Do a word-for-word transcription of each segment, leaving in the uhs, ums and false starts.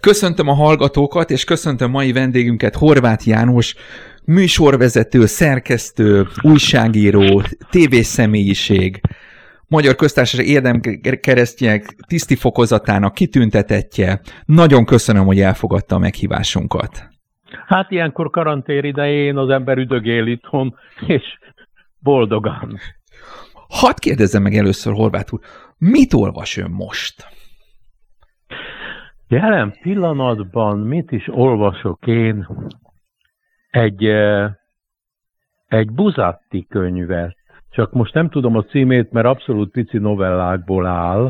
Köszöntöm a hallgatókat, és köszöntöm mai vendégünket, Horváth János, műsorvezető, szerkesztő, újságíró, tévészemélyiség, Magyar Köztársaság Érdemkeresztjének tiszti fokozatának kitüntetettje. Nagyon köszönöm, hogy elfogadta a meghívásunkat. Hát ilyenkor karantén idején az ember üdögél itthon, és boldogan. Hadd kérdezzem meg először, Horváth úr, mit olvas ön most? Jelen pillanatban mit is olvasok én? Egy, egy Buzzati könyvet. Csak most nem tudom a címét, mert abszolút pici novellákból áll,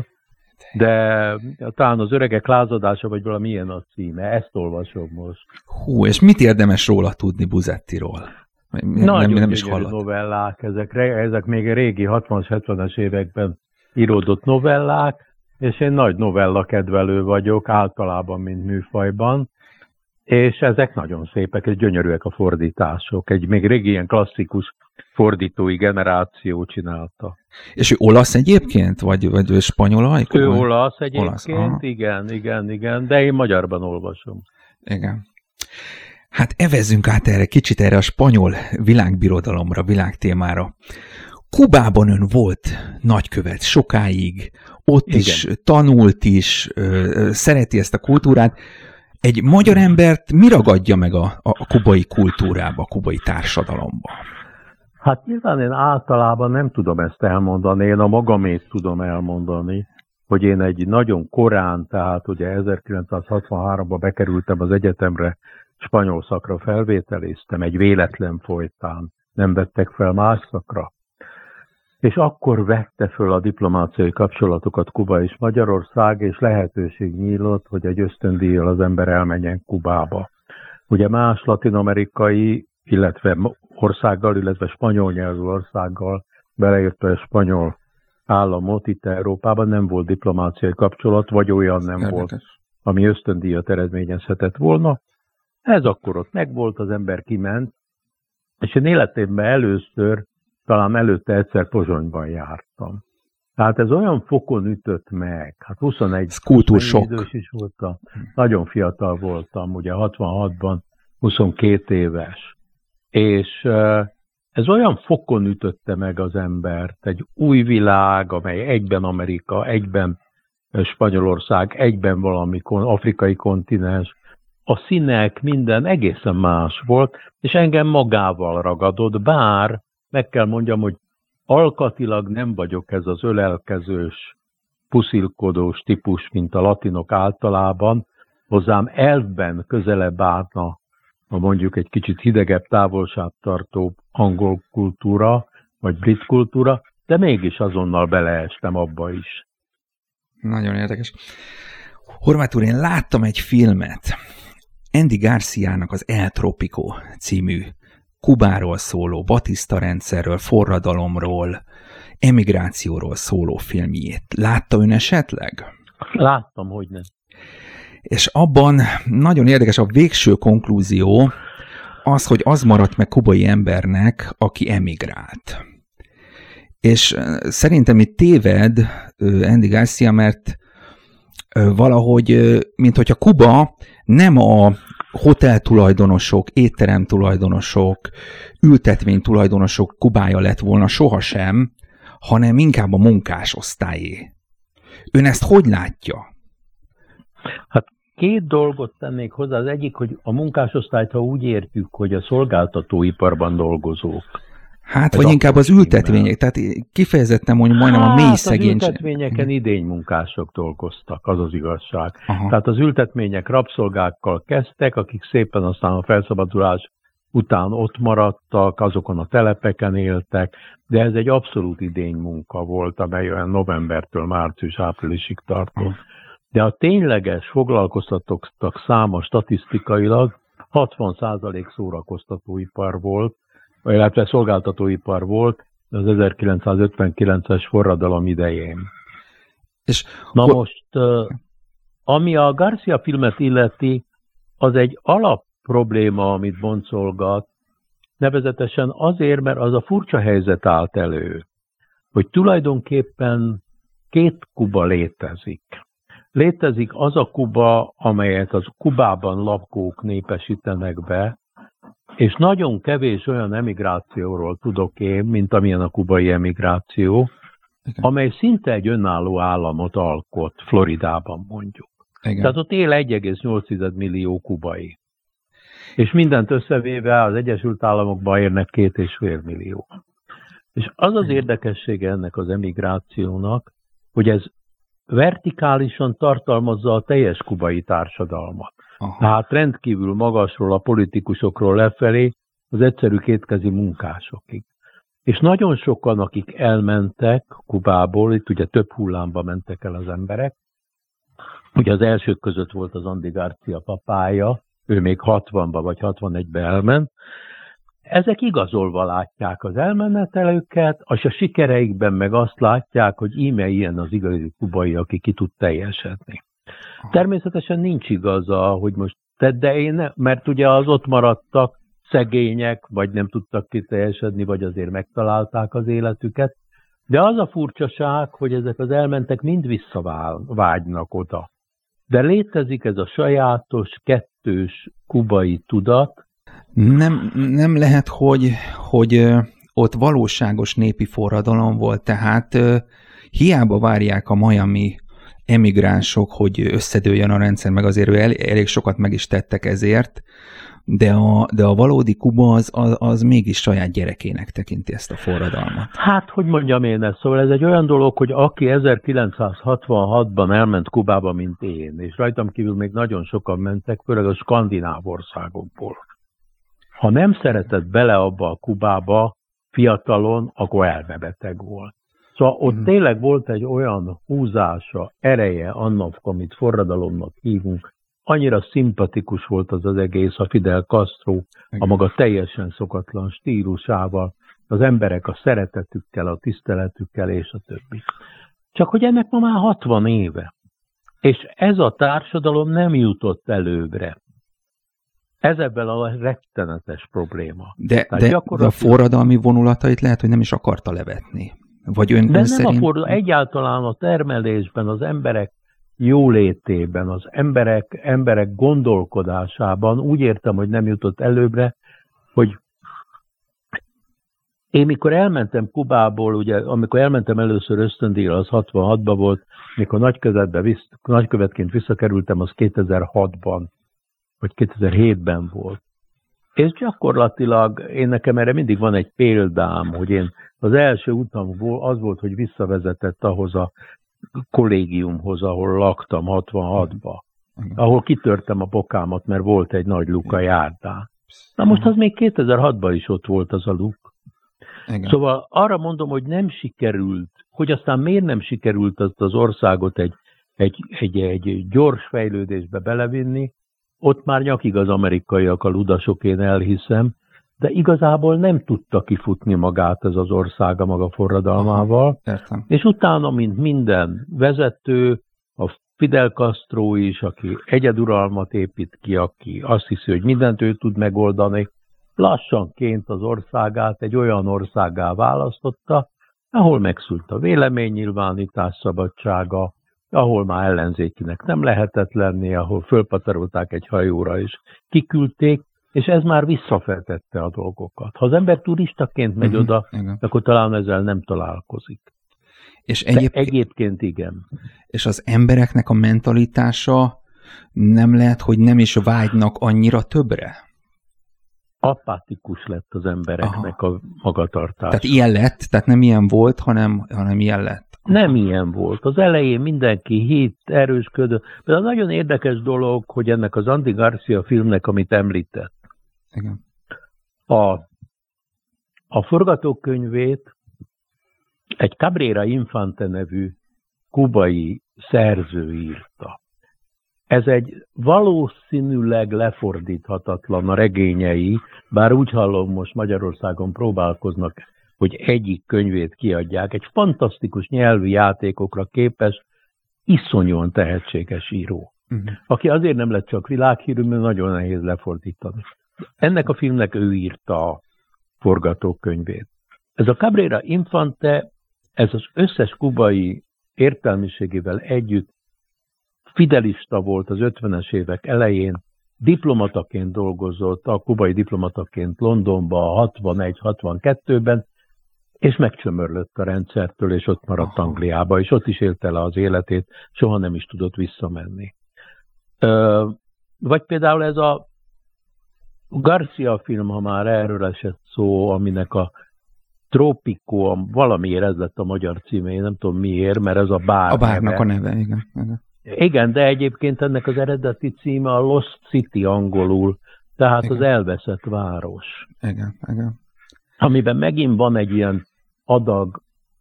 de talán az Öregek lázadása, vagy valami ilyen a címe. Ezt olvasom most. Hú, és mit érdemes róla tudni Buzzatiról? Nagyon nem, nem is hallott. Novellák, ezek, ezek még régi hatvanas, hetvenes években íródott novellák, és én nagy novella kedvelő vagyok, általában, mint műfajban, és ezek nagyon szépek, és gyönyörűek a fordítások. Egy még régi ilyen klasszikus fordítói generáció csinálta. És ő olasz egyébként, vagy, vagy ő spanyol ajkú? Ő olasz egyébként, olasz, igen, igen, igen, de én magyarban olvasom. Igen. Hát evezzünk át erre kicsit erre a spanyol világbirodalomra, világtémára. Kubában ön volt nagykövet sokáig, ott igen. is tanult is, szereti ezt a kultúrát. Egy magyar embert mi ragadja meg a, a kubai kultúrába, a kubai társadalomba? Hát nyilván én általában nem tudom ezt elmondani, én a magamét tudom elmondani, hogy én egy nagyon korán, tehát ugye ezerkilencszázhatvanháromban bekerültem az egyetemre, spanyol szakra felvételiztem, egy véletlen folytán, nem vettek fel más szakra. És akkor vette föl a diplomáciai kapcsolatokat Kuba és Magyarország, és lehetőség nyílt, hogy egy ösztöndíjjal az ember elmenjen Kubába. Ugye más latin-amerikai, illetve országgal, illetve spanyol nyelvű országgal, beleértve a spanyol államot itt Európában nem volt diplomáciai kapcsolat, vagy olyan nem Érdekes. volt, ami ösztöndíjat eredményezhetett volna. Ez akkor ott megvolt, az ember kiment, és én életemben először, talán előtte egyszer Pozsonyban jártam. Tehát ez olyan fokon ütött meg, hát huszonegy idős is voltam, nagyon fiatal voltam, ugye hatvanhatban, huszonkét éves. És ez olyan fokon ütötte meg az embert, egy új világ, amely egyben Amerika, egyben Spanyolország, egyben valami afrikai kontinens, a színek, minden egészen más volt, és engem magával ragadott, bár meg kell mondjam, hogy alkatilag nem vagyok ez az ölelkezős, puszilkodós típus, mint a latinok általában, hozzám elvben közelebb állna a mondjuk egy kicsit hidegebb, távolságtartó angol kultúra, vagy brit kultúra, de mégis azonnal beleestem abba is. Nagyon érdekes. Horváth úr, én láttam egy filmet, Andy Garciának az El Trópico című Kubáról szóló, Batista rendszerről, forradalomról, emigrációról szóló filmjét. Látta ön esetleg? Láttam, hogy nem. És abban nagyon érdekes a végső konklúzió az, hogy az maradt meg kubai embernek, aki emigrált. És szerintem itt téved Andy Garcia, mert valahogy, mint hogyha Kuba nem a hoteltulajdonosok, étteremtulajdonosok, ültetvénytulajdonosok Kubája lett volna sohasem, hanem inkább a munkásosztályé. Ön ezt hogy látja? Hát két dolgot tennék hozzá. Az egyik, hogy a munkásosztályt, ha úgy értjük, hogy a szolgáltatóiparban dolgozók. Hát, Ez vagy inkább az ültetvények, tehát kifejezetten mondjuk majdnem hát, a mély szegénység. Az ültetvényeken idénymunkások dolgoztak, az az igazság. Aha. Tehát az ültetvények rabszolgákkal kezdtek, akik szépen aztán a felszabadulás után ott maradtak, azokon a telepeken éltek, de ez egy abszolút idénymunka volt, amely olyan novembertől március-áprilisig tartott. De a tényleges foglalkoztatottak száma statisztikailag hatvan százalék szórakoztatóipar volt, illetve szolgáltatóipar volt az ezerkilencszázötvenkilences forradalom idején. És Na ho- most, ami a Garcia filmet illeti, az egy alap probléma, amit boncolgat, nevezetesen azért, mert az a furcsa helyzet állt elő, hogy tulajdonképpen két Kuba létezik. létezik az a Kuba, amelyet az Kubában lakók népesítenek be, és nagyon kevés olyan emigrációról tudok én, mint amilyen a kubai emigráció, igen, amely szinte egy önálló államot alkot, Floridában mondjuk. Igen. Tehát ott él egy egész nyolc millió kubai. És mindent összevéve az Egyesült Államokban érnek két és fél millió. És az az érdekessége ennek az emigrációnak, hogy ez vertikálisan tartalmazza a teljes kubai társadalmat. Aha. Tehát rendkívül magasról a politikusokról lefelé az egyszerű kétkezi munkásokig. És nagyon sokan, akik elmentek Kubából, itt ugye több hullámba mentek el az emberek, ugye az elsők között volt az Andy Garcia papája, ő még hatvanba vagy hatvanegybe elment, ezek igazolva látják az elmenetelőket, és a sikereikben meg azt látják, hogy íme ilyen az igazi kubai, aki ki tud teljesedni. Természetesen nincs igaza, hogy most tedd, de én ne, mert ugye az ott maradtak szegények, vagy nem tudtak kiteljesedni, vagy azért megtalálták az életüket. De az a furcsaság, hogy ezek az elmentek mind visszavágynak oda. De létezik ez a sajátos, kettős kubai tudat. Nem, nem lehet, hogy, hogy ott valóságos népi forradalom volt, tehát hiába várják a miami emigránsok, hogy összedőljön a rendszer, meg azért el, elég sokat meg is tettek ezért, de a, de a valódi Kuba az, az, az mégis saját gyerekének tekinti ezt a forradalmat. Hát, hogy mondjam én ezt, szóval ez egy olyan dolog, hogy aki ezerkilencszázhatvanhatban elment Kubába, mint én, és rajtam kívül még nagyon sokan mentek, főleg a skandináv országokból. Ha nem szeretett bele abba a Kubába fiatalon, akkor elmebeteg volt. Szóval ott mm. tényleg volt egy olyan húzása, ereje annak, amit forradalomnak hívunk. Annyira szimpatikus volt az az egész, a Fidel Castro, a maga teljesen szokatlan stílusával, az emberek a szeretetükkel, a tiszteletükkel és a többi. Csak hogy ennek ma már hatvan éve. És ez a társadalom nem jutott előbbre. Ez ebben a rettenetes probléma. De, de, gyakorlatilag... de a forradalmi vonulatait lehet, hogy nem is akarta levetni. Vagy ön, de ön nem szerint... a forradalom, egyáltalán a termelésben, az emberek jólétében, az emberek, emberek gondolkodásában úgy értem, hogy nem jutott előbbre, hogy én mikor elmentem Kubából, ugye, amikor elmentem először ösztöndíjra, az hatvanhatban volt, mikor nagykövetbe visz, nagykövetként visszakerültem, az kétezer-hatban, vagy kétezer-hétben volt. És gyakorlatilag én nekem erre mindig van egy példám, hogy én az első utam az volt, hogy visszavezetett ahhoz a kollégiumhoz, ahol laktam hatvanhatban, ahol kitörtem a bokámat, mert volt egy nagy luk a járdán. Na most az még kétezer-hatban is ott volt az a luk. Igen. Szóval arra mondom, hogy nem sikerült, hogy aztán miért nem sikerült azt az országot egy, egy, egy, egy gyors fejlődésbe belevinni, ott már nyakig az amerikaiak a ludasok, én elhiszem, de igazából nem tudta kifutni magát ez az ország a maga forradalmával. Értem. És utána, mint minden vezető, a Fidel Castro is, aki egyeduralmat épít ki, aki azt hiszi, hogy mindent ő tud megoldani, lassanként az országát egy olyan országgá választotta, ahol megszűnt a véleménynyilvánítás szabadsága, ahol már ellenzékinek nem lehetett lenni, ahol fölpatarolták egy hajóra és kiküldték, és ez már visszafeltette a dolgokat. Ha az ember turistaként megy uh-huh, oda, igen. akkor talán ezzel nem találkozik. És egyéb... egyébként igen. És az embereknek a mentalitása nem lehet, hogy nem is vágynak annyira többre? Apátikus lett az embereknek Aha. a magatartása. Tehát ilyen lett, tehát nem ilyen volt, hanem, hanem ilyen lett. Nem ilyen volt. Az elején mindenki hit, erősködött. De nagyon érdekes dolog, hogy ennek az Andy Garcia filmnek, amit említett, igen. A, a forgatókönyvét egy Cabrera Infante nevű kubai szerző írta. Ez egy valószínűleg lefordíthatatlan a regényei, bár úgy hallom, most Magyarországon próbálkoznak, hogy egyik könyvét kiadják. Egy fantasztikus nyelvi játékokra képes, iszonyúan tehetséges író. Uh-huh. Aki azért nem lett csak világhírű, mert nagyon nehéz lefordítani. Ennek a filmnek ő írta a forgatókönyvét. Ez a Cabrera Infante, ez az összes kubai értelmiségével együtt fidelista volt az ötvenes évek elején, diplomataként dolgozott, a kubai diplomataként Londonban hatvanegy hatvankettőben, és megcsömörlött a rendszertől, és ott maradt Angliába, és ott is élte le az életét, soha nem is tudott visszamenni. Ö, vagy például ez a Garcia film, ha már erről esett szó, aminek a Tropico, valamiért ez lett a magyar címe, én nem tudom miért, mert ez a bár A bárnak neve. a neve, igen. igen. Igen, de egyébként ennek az eredeti címe a Lost City angolul, tehát igen. Az elveszett város. Igen, igen. Amiben megint van egy ilyen adag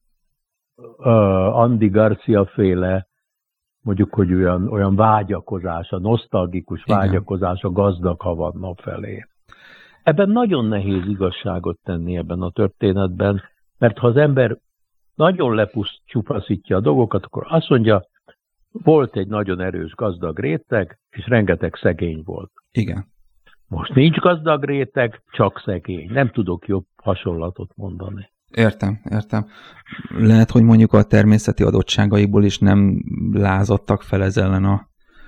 uh, Andy Garcia féle, mondjuk, hogy olyan, olyan vágyakozás, a nosztalgikus igen. vágyakozás a gazdag Havanna felé. Ebben nagyon nehéz igazságot tenni ebben a történetben, mert ha az ember nagyon lepusztítja a dolgokat, akkor azt mondja, volt egy nagyon erős gazdag réteg, és rengeteg szegény volt. Igen. Most nincs gazdag réteg, csak szegény. Nem tudok jobb hasonlatot mondani. Értem, értem. Lehet, hogy mondjuk a természeti adottságaiból is nem lázadtak fel ez ellen a,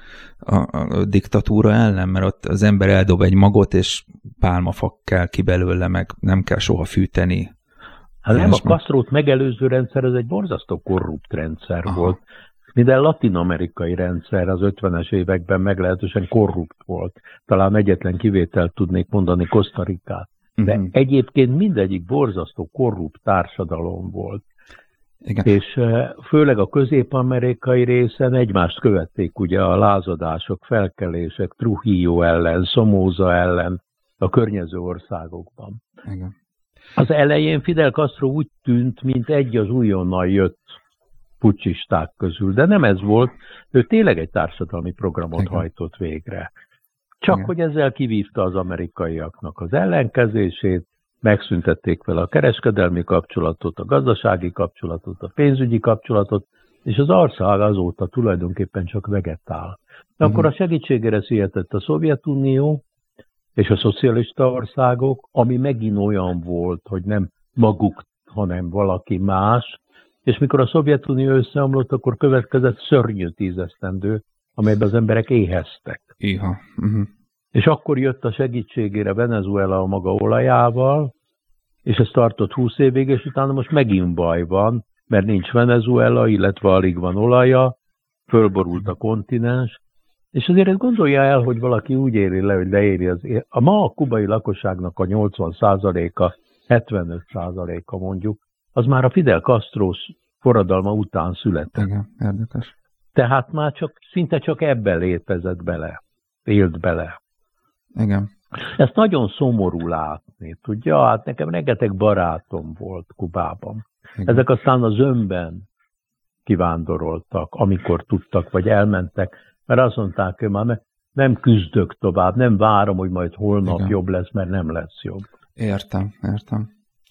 a, a diktatúra ellen, mert ott az ember eldob egy magot, és pálmafa kell ki belőle, meg nem kell soha fűteni. Hát nem, a Castrót megelőző rendszer, ez egy borzasztó korrupt rendszer Aha. volt. Minden latin-amerikai rendszer az ötvenes években meglehetősen korrupt volt. Talán egyetlen kivételt tudnék mondani, Costa Ricát. De uh-huh. egyébként mindegyik borzasztó korrupt társadalom volt. Igen. És főleg a közép-amerikai részen egymást követték ugye a lázadások, felkelések, Trujillo ellen, Somoza ellen a környező országokban. Igen. Az elején Fidel Castro úgy tűnt, mint egy az újonnan jött puccsisták közül, de nem ez volt, ő tényleg egy társadalmi programot Igen. hajtott végre. Csak Igen. hogy ezzel kivívta az amerikaiaknak az ellenkezését, megszüntették vele a kereskedelmi kapcsolatot, a gazdasági kapcsolatot, a pénzügyi kapcsolatot, és az ország azóta tulajdonképpen csak vegetál. Uh-huh. Akkor a segítségére sietett a Szovjetunió és a szocialista országok, ami megint olyan volt, hogy nem maguk, hanem valaki más, és mikor a Szovjetunió összeomlott, akkor következett szörnyű tízesztendő, amelyben az emberek éheztek. Iha. Uh-huh. És akkor jött a segítségére Venezuela a maga olajával, és ez tartott húsz évig, és utána most megint baj van, mert nincs Venezuela, illetve alig van olaja, fölborult a kontinens, és azért ezt gondolja el, hogy valaki úgy éri le, hogy leéri az ér. A ma a kubai lakosságnak a nyolcvan százaléka, hetvenöt százaléka mondjuk, az már a Fidel Castro forradalma után született. Igen, érdekes. Tehát már csak, szinte csak ebben létezett bele, élt bele. Igen. Ezt nagyon szomorú látni, tudja? Hát nekem rengeteg barátom volt Kubában. Igen. Ezek aztán az önben kivándoroltak, amikor tudtak, vagy elmentek, mert azt mondták, hogy már nem küzdök tovább, nem várom, hogy majd holnap Igen. jobb lesz, mert nem lesz jobb. Értem, értem.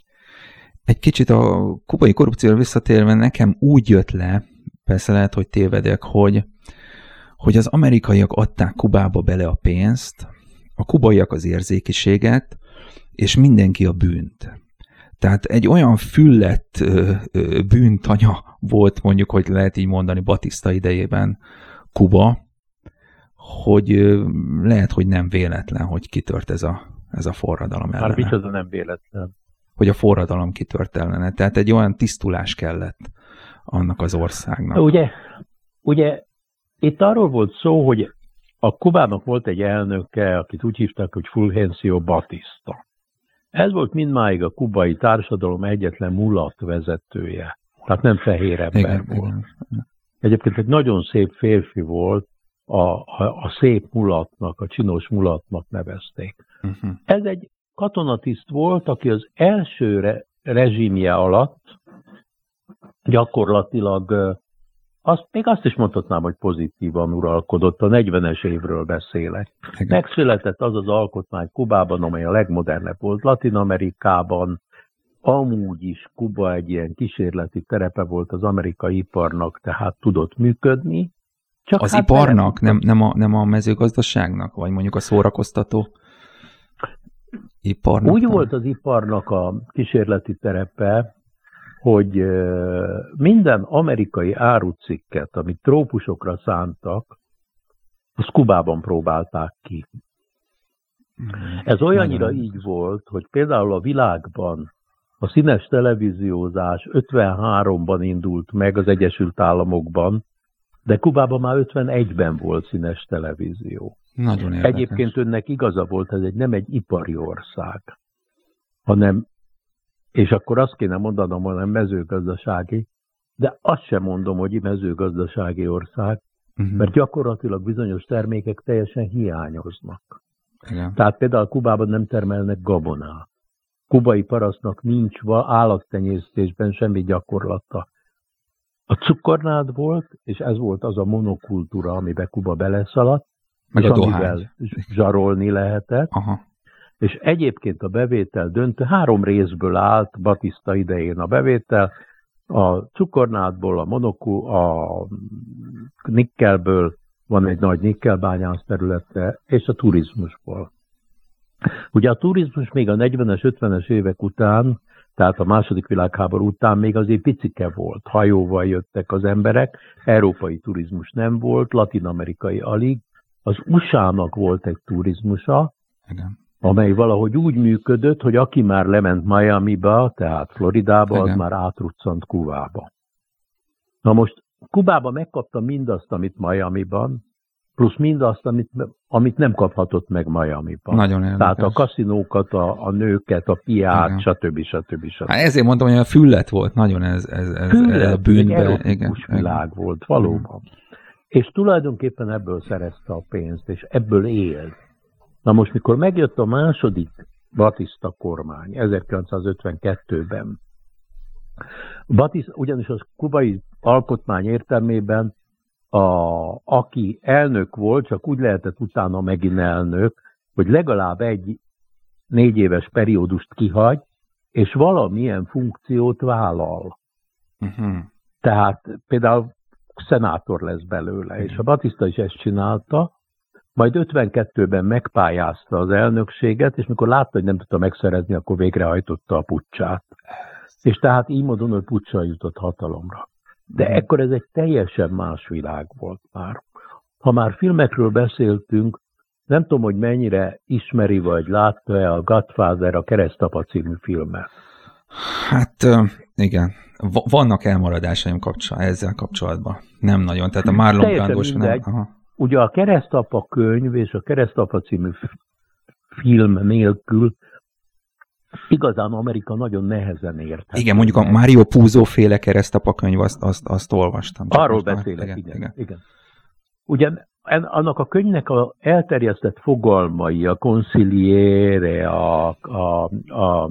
Egy kicsit a kubai korrupcióra visszatérve nekem úgy jött le, persze lehet, hogy tévedek, hogy, hogy az amerikaiak adták Kubába bele a pénzt, a kubaiak az érzékiséget, és mindenki a bűnt. Tehát egy olyan füllett ö, ö, bűntanya volt, mondjuk, hogy lehet így mondani Batista idejében Kuba, hogy ö, lehet, hogy nem véletlen, hogy kitört ez a, ez a forradalom ellene. Már micsoda nem véletlen. Hogy a forradalom kitört ellene. Tehát egy olyan tisztulás kellett annak az országnak. Ugye, ugye itt arról volt szó, hogy a Kubának volt egy elnöke, akit úgy hívták, hogy Fulgencio Batista. Ez volt mindmáig a kubai társadalom egyetlen mulat vezetője. Tehát nem fehér ember igen, volt. Igen. Egyébként egy nagyon szép férfi volt, a, a, a szép mulatnak, a csinos mulatnak nevezték. Uh-huh. Ez egy katonatiszt volt, aki az első re, rezsimje alatt gyakorlatilag, azt, még azt is mondhatnám, hogy pozitívan uralkodott, a negyvenes évről beszélek. Igen. Megszületett az az alkotmány Kubában, amely a legmodernebb volt Latin-Amerikában. Amúgy is Kuba egy ilyen kísérleti terepe volt az amerikai iparnak, tehát tudott működni. Csak az hát iparnak, nem, nem, a, nem a mezőgazdaságnak, vagy mondjuk a szórakoztató iparnak? Úgy nem? Volt az iparnak a kísérleti terepe, hogy minden amerikai árucikket, amit trópusokra szántak, azt Kubában próbálták ki. Ez olyannyira így volt, hogy például a világban a színes televíziózás ötvenháromban indult meg az Egyesült Államokban, de Kubában már ötvenegyben volt színes televízió. Nagyon érdekes. Egyébként önnek igaza volt, ez egy, nem egy ipari ország, hanem, és akkor azt kéne mondanom, hanem mezőgazdasági, de azt sem mondom, hogy mezőgazdasági ország, uh-huh. mert gyakorlatilag bizonyos termékek teljesen hiányoznak. Igen. Tehát például Kubában nem termelnek gabonát. Kubai parasztnak nincs állattenyésztésben semmi gyakorlata. A cukornád volt, és ez volt az a monokultúra, amiben Kuba beleszaladt, meg és a amivel dohány. zsarolni lehetett. Aha. És egyébként a bevétel döntő, három részből állt Batista idején a bevétel, a cukornádból, a monokul, a nikkelből, van egy nagy nikkelbányász területe, és a turizmusból. Ugye a turizmus még a negyvenes, ötvenes évek után, tehát a második világháború után még azért picike volt. Hajóval jöttek az emberek, európai turizmus nem volt, latin-amerikai alig. Az u es á-nak volt egy turizmusa, igen. amely valahogy úgy működött, hogy aki már lement Miamiba, tehát Floridába, igen. az már átruccant Kubába. Na most Kubába megkapta mindazt, amit Miamiban, plusz mindazt, amit, amit nem kaphatott meg Miamiban. Nagyon érdekes. Tehát a kaszinókat, a, a nőket, a piát, stb. stb. stb. Hát ezért mondtam, hogy a füllet volt nagyon ez, ez, ez, füllet, ez a bűnbe. Egy erotikus világ igen. volt, valóban. Igen. És tulajdonképpen ebből szerezte a pénzt, és ebből élt. Na most, mikor megjött a második Batista kormány ezerkilencszázötvenkettőben, Batista, ugyanis az kubai alkotmány értelmében a, aki elnök volt, csak úgy lehetett utána megint elnök, hogy legalább egy négy éves periódust kihagy, és valamilyen funkciót vállal. Uh-huh. Tehát például szenátor lesz belőle, uh-huh. és a Batista is ezt csinálta, majd ötvenkettőben megpályázta az elnökséget, és mikor látta, hogy nem tudta megszerezni, akkor végrehajtotta a puccsát. És tehát így módon, hogy puccsal jutott hatalomra. De ekkor ez egy teljesen más világ volt már. Ha már filmekről beszéltünk, nem tudom, hogy mennyire ismeri vagy látta-e a Godfather, a Keresztapa című filmet. Hát igen, vannak elmaradásaim kapcsol- ezzel kapcsolatban. Nem nagyon, tehát a Marlon Brandós nem. Aha. Ugye a Keresztapa könyv és a Keresztapa című film nélkül igazán Amerika nagyon nehezen érthető. Igen, mondjuk a Mario Puzo féle Keresztapa könyv, azt, azt, azt olvastam. Arról beszélek, igen, igen, igen. igen. Ugye annak a könyvnek a elterjesztett fogalmai, a conciliere, a, a, a,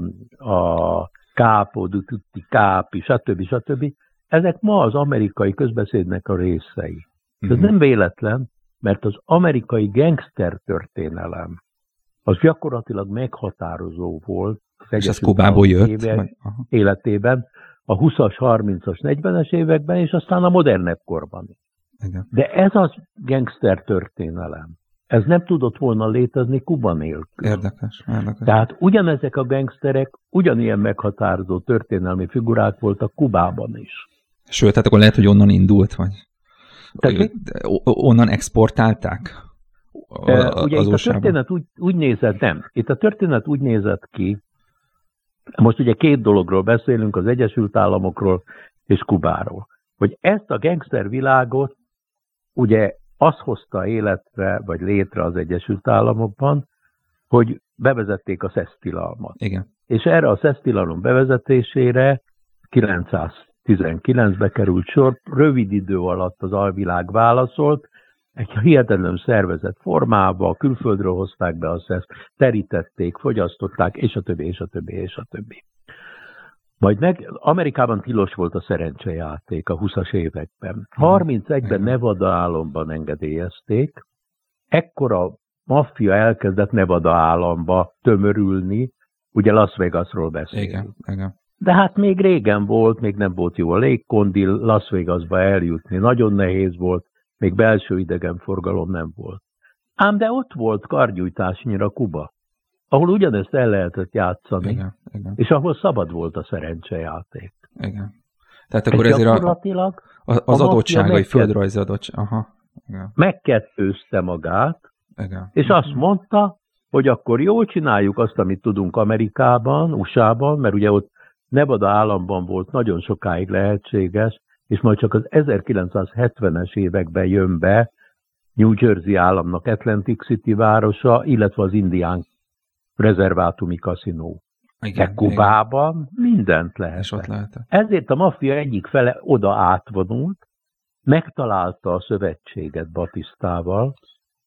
a capo di tutti capi, stb. stb. Ezek ma az amerikai közbeszédnek a részei. Ez mm-hmm. nem véletlen, mert az amerikai gangster történelem az gyakorlatilag meghatározó volt az és az Kubából jött életében, a huszas, harmincas, negyvenes években, és aztán a modernebb korban. Igen. De ez az gangster történelem. Ez nem tudott volna létezni Kuba nélkül. Érdekes, érdekes. Tehát ugyanezek a gangsterek ugyanilyen meghatározó történelmi figurák voltak Kubában is. Sőt, tehát akkor lehet, hogy onnan indult, vagy Tehát, onnan exportálták? A, a, ugye itt a történet úgy, úgy nézett, nem. Itt a történet úgy nézett ki, most ugye két dologról beszélünk, az Egyesült Államokról és Kubáról, hogy ezt a gangster világot ugye azt hozta életre, vagy létre az Egyesült Államokban, hogy bevezették a szesztilalmat. Igen. És erre a szesztilalom bevezetésére kilencszáztizenkilencbe került sor, rövid idő alatt az alvilág válaszolt, egy hihetetlen szervezett formába, külföldről hozták be a szeszt, terítették, fogyasztották, és a többi, és a többi, és a többi. Majd meg Amerikában tilos volt a szerencsejáték a huszas években. harmincegyben Nevada államban engedélyezték, ekkor a maffia elkezdett Nevada államba tömörülni, ugye Las Vegasról beszélünk. Igen, igen. De hát még régen volt, még nem volt jó a légkondi, Las Vegasba eljutni nagyon nehéz volt, még belső idegenforgalom nem volt. Ám de ott volt kargyújtásnyira Kuba, ahol ugyanezt el lehetett játszani, igen, igen. és ahol szabad volt a szerencsejáték. Igen. Tehát akkor ezért a, a, az adottságai, földrajzi adottság. Aha. igen. Megkettőzte magát, Igen. és azt mondta, hogy akkor jól csináljuk azt, amit tudunk Amerikában, u es á-ban, mert ugye ott Nevada államban volt nagyon sokáig lehetséges, és majd csak az ezerkilencszázhetvenes években jön be New Jersey államnak Atlantic City városa, illetve az indián rezervátumi kaszinó. De Kubában mindent lehet. Ezért a maffia egyik fele oda átvonult, megtalálta a szövetséget Batistával.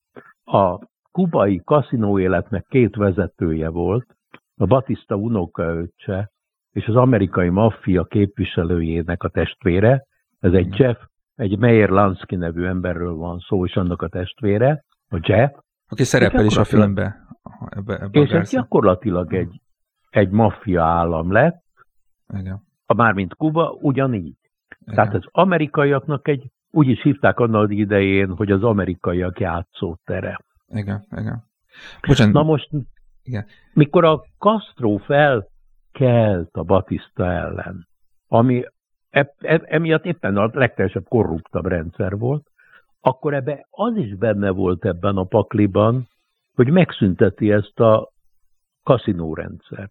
A kubai kaszinó életnek két vezetője volt, a Batista unokaöccse és az amerikai maffia képviselőjének a testvére. Ez egy Jeff, egy Meyer Lansky nevű emberről van szó, és annak a testvére, a Jeff. Aki szerepel is a filmben. Ebbe, ebbe és ez gyakorlatilag egy, egy maffia állam lett, igen. A mármint Kuba ugyanígy. Igen. Tehát az amerikaiaknak egy, úgy is hívták annak idején, hogy az amerikaiak játszótere. Igen, igen. Bocsánat. Na most, igen. Mikor a Castro felkelt a Batista ellen, ami e, e, emiatt éppen a legteljesebb korruptabb rendszer volt, akkor ebbe az is benne volt ebben a pakliban, hogy megszünteti ezt a kaszinórendszert.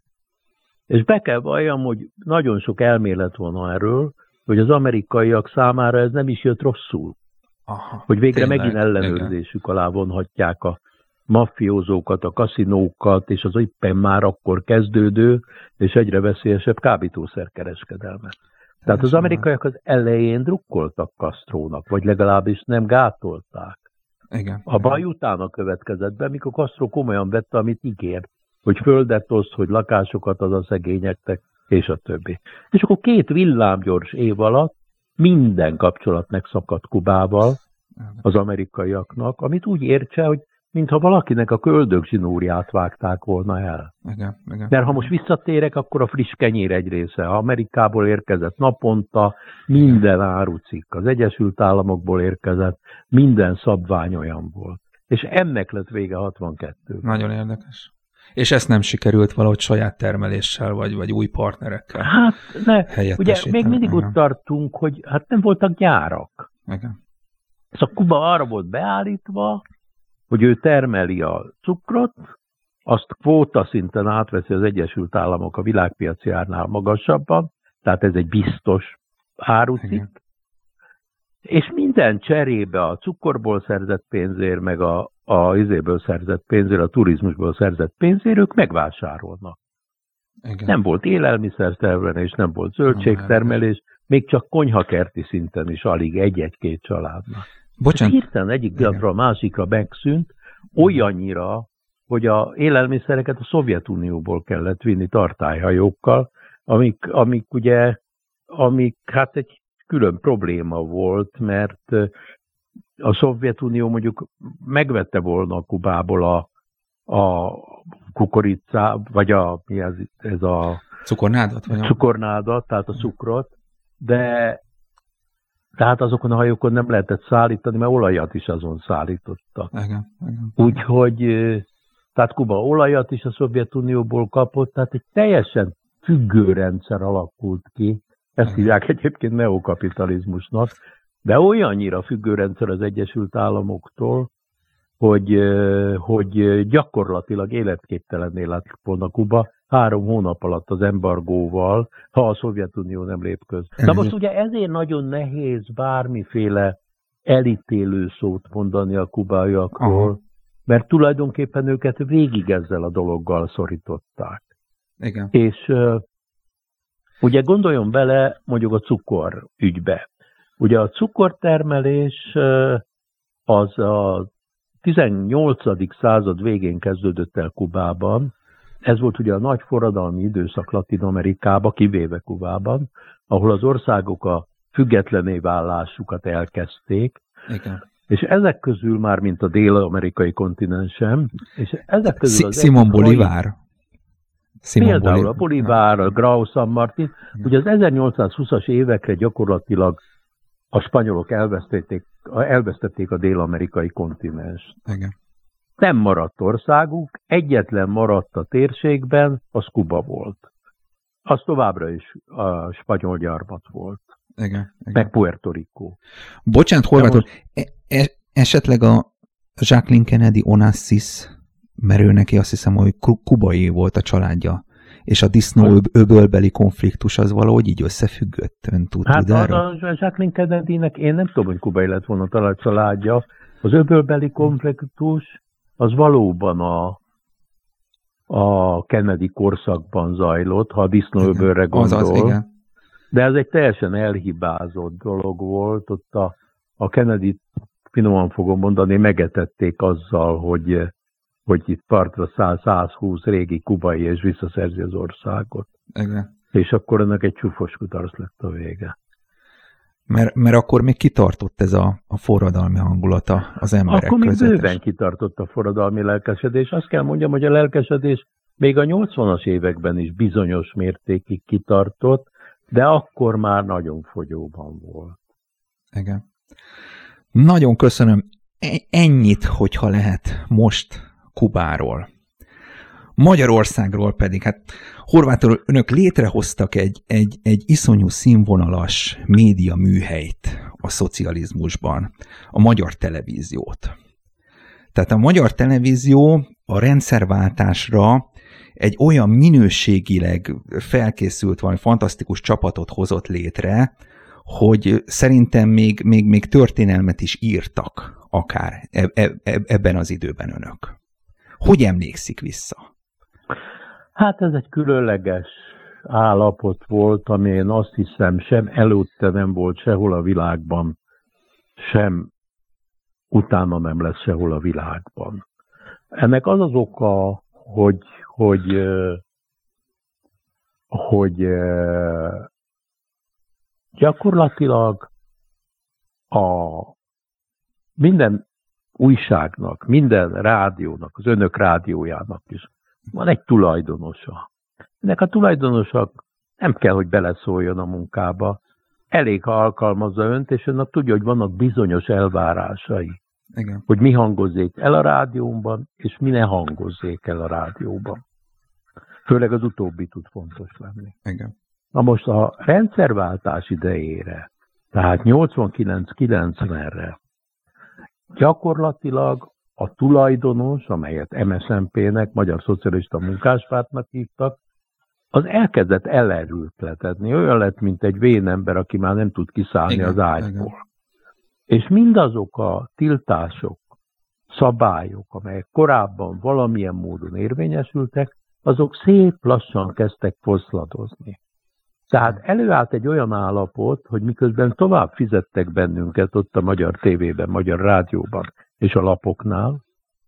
És be kell valljam, hogy nagyon sok elmélet van erről, hogy az amerikaiak számára ez nem is jött rosszul. Aha, hogy végre tényleg, megint ellenőrzésük igen. alá vonhatják a maffiózókat, a kaszinókat, és az éppen már akkor kezdődő, és egyre veszélyesebb kábítószerkereskedelmet. Tehát az amerikaiak az elején drukkoltak Castrónak, vagy legalábbis nem gátolták. Igen, a baj igen. utána következett be, mikor Castro komolyan vette, amit ígért, hogy földet oszt, hogy lakásokat ad a szegényeknek, és a többi. És akkor két villámgyors év alatt minden kapcsolat megszakadt Kubával, az amerikaiaknak, amit úgy értse, hogy mintha valakinek a köldögzsinórját vágták volna el. Igen, igen. Mert ha most visszatérek, akkor a friss kenyér egy része. Ha Amerikából érkezett naponta, minden árucikk. Az Egyesült Államokból érkezett, minden szabvány olyan volt. És ennek lett vége hatvankettőben. Nagyon érdekes. És ezt nem sikerült valahogy saját termeléssel, vagy, vagy új partnerekkel Hát ne, ugye még mindig ott tartunk, hogy hát nem voltak gyárak. Igen. Szóval Kuba arra volt beállítva, hogy ő termeli a cukrot, azt kvóta szinten átveszi az Egyesült Államok a világpiaci árnál magasabban, tehát ez egy biztos árucikk, és minden cserébe a cukorból szerzett pénzért, meg a, a izéből szerzett pénzért, a turizmusból szerzett pénzért ők megvásárolnak. Igen. Nem volt élelmiszertermelés, nem volt zöldségtermelés, még csak konyhakerti szinten is alig egy-egy-két családnak. Bocsánat. Hirtelen egyik pillanatról a másikra megszűnt, olyannyira, hogy a élelmiszereket a Szovjetunióból kellett vinni tartályhajókkal, amik, amik ugye, amik hát egy külön probléma volt, mert a Szovjetunió mondjuk megvette volna Kubából a, a kukoricát, vagy a, mi ez, ez a cukornádat, vagy a... cukornádat, tehát a cukrot, de tehát azokon a hajókon nem lehetett szállítani, mert olajat is azon szállítottak. Igen, igen. Úgyhogy, tehát Kuba olajat is a Szovjetunióból kapott, tehát egy teljesen függő rendszer alakult ki. Ezt hívják egyébként neokapitalizmusnak, de olyannyira függő rendszer az Egyesült Államoktól, hogy, hogy gyakorlatilag életképtelenné lett volna Kuba három hónap alatt az embargóval, ha a Szovjetunió nem lép köz. Na most ugye ezért nagyon nehéz bármiféle elítélő szót mondani a kubaiakról, aha. mert tulajdonképpen őket végig ezzel a dologgal szorították. Igen. És uh, ugye gondoljon bele mondjuk a cukor ügybe. Ugye a cukortermelés uh, az a tizennyolcadik század végén kezdődött el Kubában. Ez volt ugye a nagy forradalmi időszak Latin-Amerikában, kivéve Kubában, ahol az országok a függetlené válásukat elkezdték. Igen. És ezek közül már, mint a dél-amerikai kontinensen, és ezek közül az Simón Bolívar. Simón Például a Bolívar, a Grau San Martin. Ugye az ezernyolcszázhúszas évekre gyakorlatilag a spanyolok elvesztették, elvesztették a dél-amerikai kontinenst. Igen. Nem maradt országuk, egyetlen maradt a térségben, az Kuba volt. Az továbbra is a spanyol gyarmat volt. Igen, igen. Meg Puerto Rico. Bocsánat, Horváth, most... e, e, Esetleg a Jacqueline Kennedy Onassis, mert ő neki azt hiszem, hogy kubai volt a családja, és a disznó öbölbeli konfliktus az valahogy így összefüggött, ön tud, hát tud erről? Hát a Jacqueline Kennedynek én nem tudom, hogy kubai lett volna talán családja. Az öbölbeli konfliktus az valóban a, a Kennedy korszakban zajlott, ha a disznóöbölre gondol. Az az, igen. De ez egy teljesen elhibázott dolog volt. Ott a, a Kennedy, finoman fogom mondani, megetették azzal, hogy, hogy itt partra száll százhúsz régi kubai és visszaszerzi az országot. Igen. És akkor ennek egy csúfos kudarc lett a vége. Mert, mert akkor még kitartott ez a, a forradalmi hangulata az emberek akkor között. Akkor még bőven kitartott a forradalmi lelkesedés. Azt kell mondjam, hogy a lelkesedés még a nyolcvanas években is bizonyos mértékig kitartott, de akkor már nagyon fogyóban volt. Igen. Nagyon köszönöm. Ennyit, hogyha lehet most Kubáról. Magyarországról pedig, hát Horváthról önök létrehoztak egy, egy, egy iszonyú színvonalas média műhelyt a szocializmusban, a Magyar Televíziót. Tehát a Magyar Televízió a rendszerváltásra egy olyan minőségileg felkészült, valami fantasztikus csapatot hozott létre, hogy szerintem még, még, még történelmet is írtak akár e, e, ebben az időben önök. Hogy emlékszik vissza? Hát ez egy különleges állapot volt, ami én azt hiszem sem előtte nem volt sehol a világban, sem utána nem lesz sehol a világban. Ennek az az oka, hogy, hogy, hogy gyakorlatilag a minden újságnak, minden rádiónak, az önök rádiójának is van egy tulajdonosa. Ennek a tulajdonosak nem kell, hogy beleszóljon a munkába. Elég, ha alkalmazza önt, és önnek tudja, hogy vannak bizonyos elvárásai. Igen. Hogy mi hangozzék el a rádióban, és mi ne hangozzék el a rádióban. Főleg az utóbbi tud fontos lenni. Igen. Na most a rendszerváltás idejére, tehát nyolcvankilenc kilencvenre gyakorlatilag a tulajdonos, amelyet em es em pé-nek, Magyar Szocialista Munkáspártnak hívtak, az elkezdett elerőtletedni. Olyan lett, mint egy vén ember, aki már nem tud kiszállni igen, az ágyból. Igen. És mindazok a tiltások, szabályok, amelyek korábban valamilyen módon érvényesültek, azok szép lassan kezdtek foszladozni. Tehát előállt egy olyan állapot, hogy miközben tovább fizettek bennünket ott a Magyar tévében, Magyar rádióban és a lapoknál,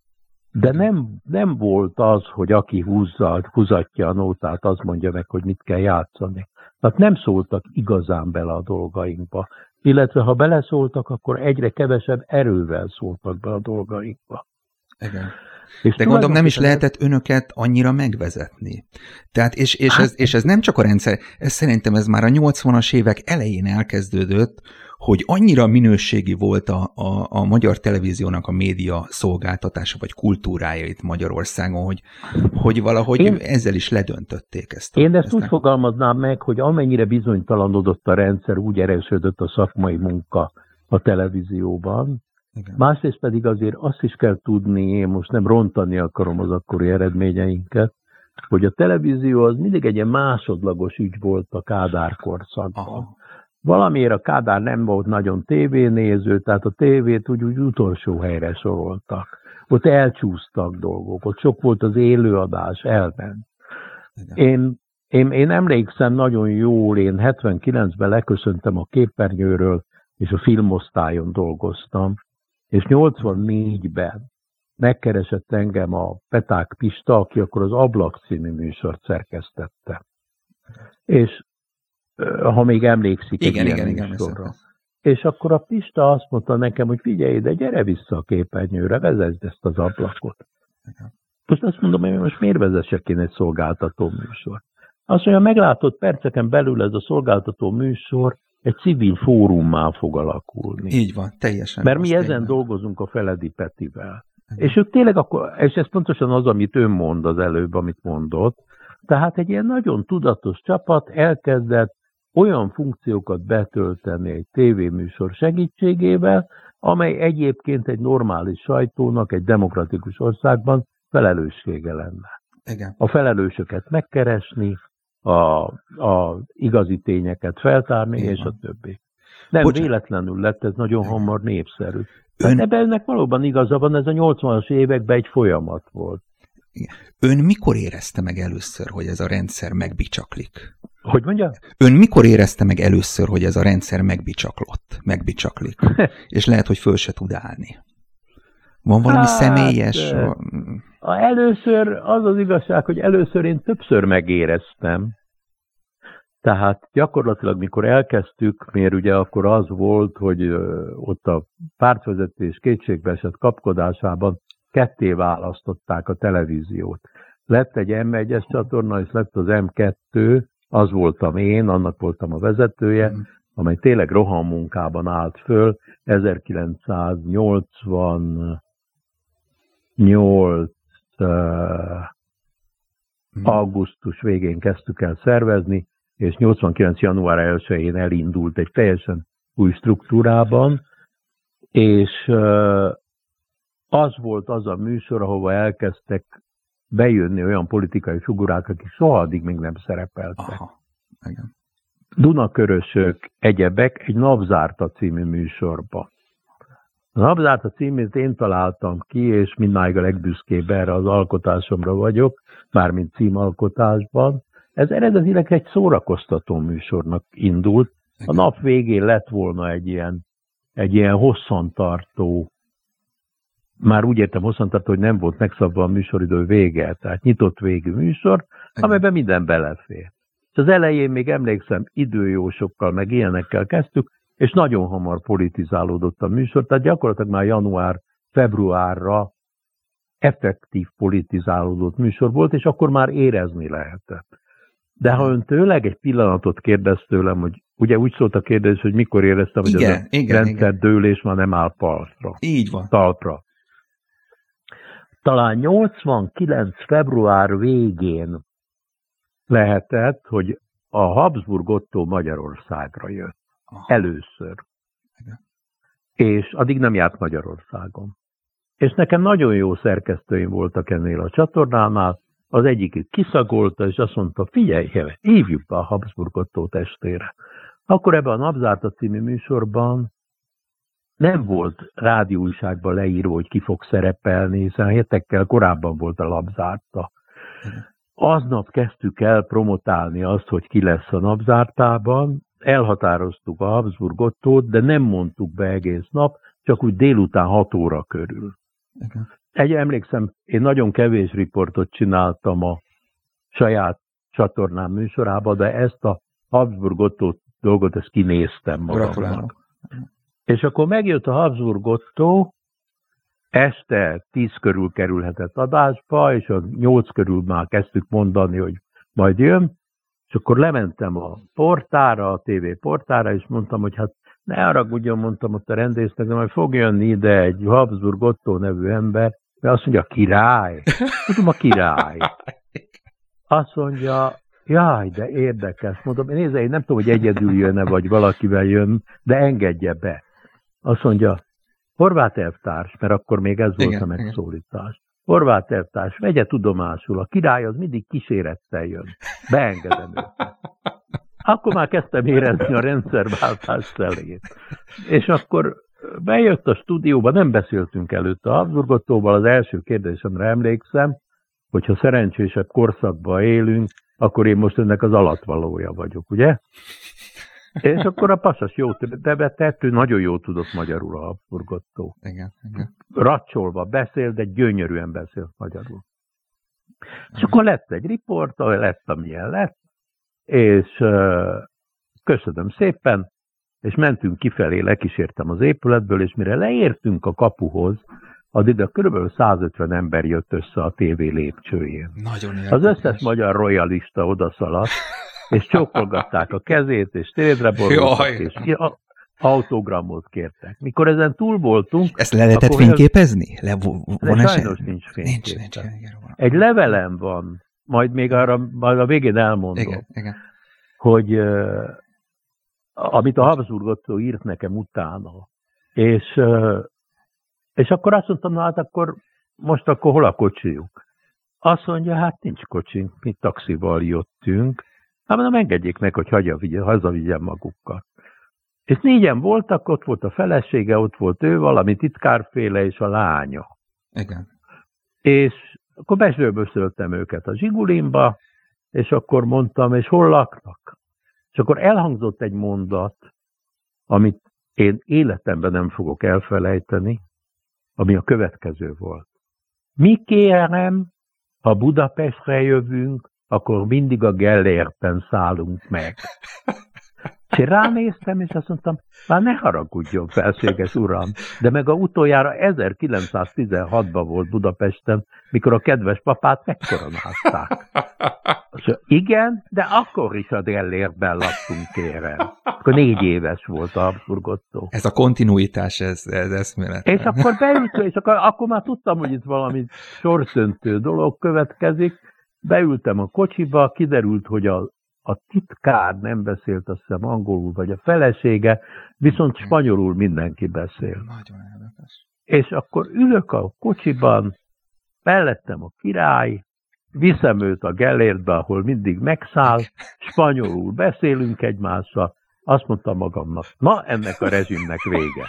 de nem, nem volt az, hogy aki húzza, húzatja a nótát, az mondja meg, hogy mit kell játszani. Tehát nem szóltak igazán bele a dolgainkba. Illetve ha beleszóltak, akkor egyre kevesebb erővel szóltak be a dolgainkba. Igen. És de gondolom nem is lehetett önöket annyira megvezetni. Tehát, és, és, hát, ez, és ez nem csak a rendszer, ez szerintem ez már a nyolcvanas évek elején elkezdődött, hogy annyira minőségi volt a, a, a Magyar Televíziónak a média szolgáltatása, vagy kultúrája itt Magyarországon, hogy, hogy valahogy én, ezzel is ledöntötték ezt. A, én ezt, ezt úgy nem... fogalmaznám meg, hogy amennyire bizonytalanodott a rendszer, úgy erősödött a szakmai munka a televízióban. Igen. Másrészt pedig azért azt is kell tudni, én most nem rontani akarom az akkori eredményeinket, hogy a televízió az mindig egy ilyen másodlagos ügy volt a Kádár korszakban. Aha. Valamiért a Kádár nem volt nagyon tévénéző, tehát a tévét úgy, úgy utolsó helyre soroltak. Ott elcsúsztak dolgok, ott sok volt az élőadás, elment. Én, én, én emlékszem nagyon jól, én hetvenkilencben leköszöntem a képernyőről, és a filmosztályon dolgoztam, és nyolcvannégyben megkeresett engem a Peták Pista, aki akkor az Ablak című műsort szerkesztette. És ha még emlékszik igen, egy igen, ilyen igen, műsorra. És akkor a Pista azt mondta nekem, hogy figyelj ide, gyere vissza a képernyőre, vezesd ezt az ablakot. Igen. Most azt mondom, hogy most miért vezessek én egy szolgáltató műsor? Azt mondja, meglátott perceken belül ez a szolgáltató műsor egy civil fórummá fog alakulni. Így van, teljesen. Mert mi ezen tényleg dolgozunk a Feledi Petivel. Igen. És ők tényleg akkor, és ez pontosan az, amit ön mond az előbb, amit mondott, tehát egy ilyen nagyon tudatos csapat elkezdett olyan funkciókat betölteni egy tévéműsor segítségével, amely egyébként egy normális sajtónak egy demokratikus országban felelőssége lenne. Igen. A felelősöket megkeresni, a, a igazi tényeket feltárni, igen, és a többi. Nem Bocsánat. Véletlenül lett ez nagyon igen. hamar népszerű. Ön... Ebben ennek valóban igaza van, ez a nyolcvanas években egy folyamat volt. Igen. Ön mikor érezte meg először, hogy ez a rendszer megbicsaklik? Hogy mondja? Ön mikor érezte meg először, hogy ez a rendszer megbicsaklott, megbicsaklik? És lehet, hogy föl se tud állni. Van valami hát, személyes... A először, az az igazság, hogy először én többször megéreztem. Tehát gyakorlatilag, mikor elkezdtük, mert ugye akkor az volt, hogy ott a pártvezetés kétségbeesett kapkodásában ketté választották a televíziót. Lett egy em egyes csatorna, és lett az em kettő, az voltam én, annak voltam a vezetője, mm. amely tényleg rohammunkában állt föl. ezerkilencszáznyolcvannyolc uh, mm. augusztus végén kezdtük el szervezni, és nyolcvankilenc január elsején elindult egy teljesen új struktúrában, és uh, az volt az a műsor, ahova elkezdtek bejönni olyan politikai figurák, akik soha addig még nem szerepeltek. Aha, igen. Dunakörösök, egyebek egy Napzárta című műsorban. A Napzárta címét én találtam ki, és mindmáig a legbüszkébb erre az alkotásomra vagyok, mármint címalkotásban. Ez eredetileg egy szórakoztató műsornak indult. A nap végén lett volna egy ilyen, egy ilyen hosszantartó, már úgy értem hosszantartó, hogy nem volt megszabva a műsoridő vége, tehát nyitott végű műsor, amelyben minden belefér. És az elején még emlékszem, időjósokkal, meg ilyenekkel kezdtük, és nagyon hamar politizálódott a műsor, tehát gyakorlatilag már január-februárra effektív politizálódott műsor volt, és akkor már érezni lehetett. De ha ön tőleg egy pillanatot kérdez tőlem, hogy ugye úgy szólt a kérdés, hogy mikor éreztem, hogy igen, ez a igen, rendszer igen. dőlés már nem áll palcra. Így van. Talpra. Talán nyolcvankilenc február végén lehetett, hogy a Habsburg Otto Magyarországra jött. Aha. Először. Igen. És addig nem járt Magyarországon. És nekem nagyon jó szerkesztőim voltak ennél a csatornánál. Az egyikük kiszagolta, és azt mondta, figyelj, hívjuk be a Habsburg Otto testére. Akkor ebben a Napzárta című műsorban nem volt rádióújságban leírva, hogy ki fog szerepelni, hiszen hétekkel korábban volt a Napzárta. Aznap kezdtük el promotálni azt, hogy ki lesz a Napzártában, elhatároztuk a Habsburg Ottót, de nem mondtuk be egész nap, csak úgy délután hat óra körül. Egy emlékszem, én nagyon kevés riportot csináltam a saját csatornám műsorában, de ezt a Habsburg Otto dolgot, ezt kinéztem magamnak. És akkor megjött a Habsburg Otto, este tíz körül kerülhetett adásba, és a nyolc körül már kezdtük mondani, hogy majd jön, és akkor lementem a portára, a tévé portára, és mondtam, hogy hát ne haragudjon, mondtam ott a rendésznek, de majd fog jönni ide egy Habsburg Otto nevű ember, mert azt mondja, király. Tudom, a király. Azt mondja, jaj, de érdekes. Mondom, nézze, én nem tudom, hogy egyedül jön-e, vagy valakivel jön, de engedje be. Azt mondja, Horváth elvtárs, mert akkor még ez volt igen, a megszólítás. Horváth elvtárs, vegye tudomásul, a király az mindig kísérettel jön. Beengedem őt. Akkor már kezdtem érezni a rendszerváltás szelét. És akkor bejött a stúdióba, nem beszéltünk előtte a Habsburg Ottóval, az első kérdésemre emlékszem, hogyha szerencsésebb korszakban élünk, akkor én most ennek az alatvalója vagyok, ugye? És akkor a pasas jó tett, ő nagyon jól tudott magyarul a Habsburg Ottó. Igen, igen. Racsolva beszélt, de gyönyörűen beszélt magyarul. És akkor lett egy riport, lett amilyen lett, és uh, köszönöm szépen, és mentünk kifelé, lekísértem az épületből, és mire leértünk a kapuhoz, addig a kb. százötven ember jött össze a tévé lépcsőjén. Nagyon érdekes. Az összes magyar royalista odaszaladt, és csókolgatták a kezét, és térdre borultak, és autogramot kértek. Mikor ezen túl voltunk... Ezt le lehetett fényképezni? Le, van de sajnos nincs fénykép. Nincs, nincs, egy levelem van, majd még arra, majd a végén elmondom, igen, igen. hogy uh, amit a Habsburg Otto írt nekem utána, És, és akkor azt mondtam, na hát akkor most akkor hol a kocsijuk? Azt mondja, hát nincs kocsink, mi taxival jöttünk. Hát mondom, engedjék meg, hogy hagyja, hazavigyem magukkal. És négyen voltak, ott volt a felesége, ott volt ő, valami titkárféle és a lánya. Igen. És akkor bezsőböszöltem őket a Zsigulimba, és akkor mondtam, és hol laknak? És akkor elhangzott egy mondat, amit én életemben nem fogok elfelejteni, ami a következő volt. Mi kérem, ha Budapestre jövünk, akkor mindig a Gellérten szállunk meg. És én ránéztem, és azt mondtam, már ne haragudjon, felséges uram, de meg a utoljára ezerkilencszáztizenhatban volt Budapesten, mikor a kedves papát megkoronázták. És igen, de akkor is a Gellértben laktunk, kérem. Akkor négy éves volt a Habsburg Otto. Ez a kontinuitás, ez, ez eszméletlen. És akkor beültünk, és akkor, akkor már tudtam, hogy itt valami sorszöntő dolog következik. Beültem a kocsiba, kiderült, hogy a A titkár nem beszélt, azt hiszem angolul, vagy a felesége, viszont spanyolul mindenki beszél. Nagyon érdekes. És akkor ülök a kocsiban, mellettem a király, viszem őt a Gellértbe, ahol mindig megszáll, spanyolul beszélünk egymással, azt mondtam magamnak, na ennek a rezsimnek vége.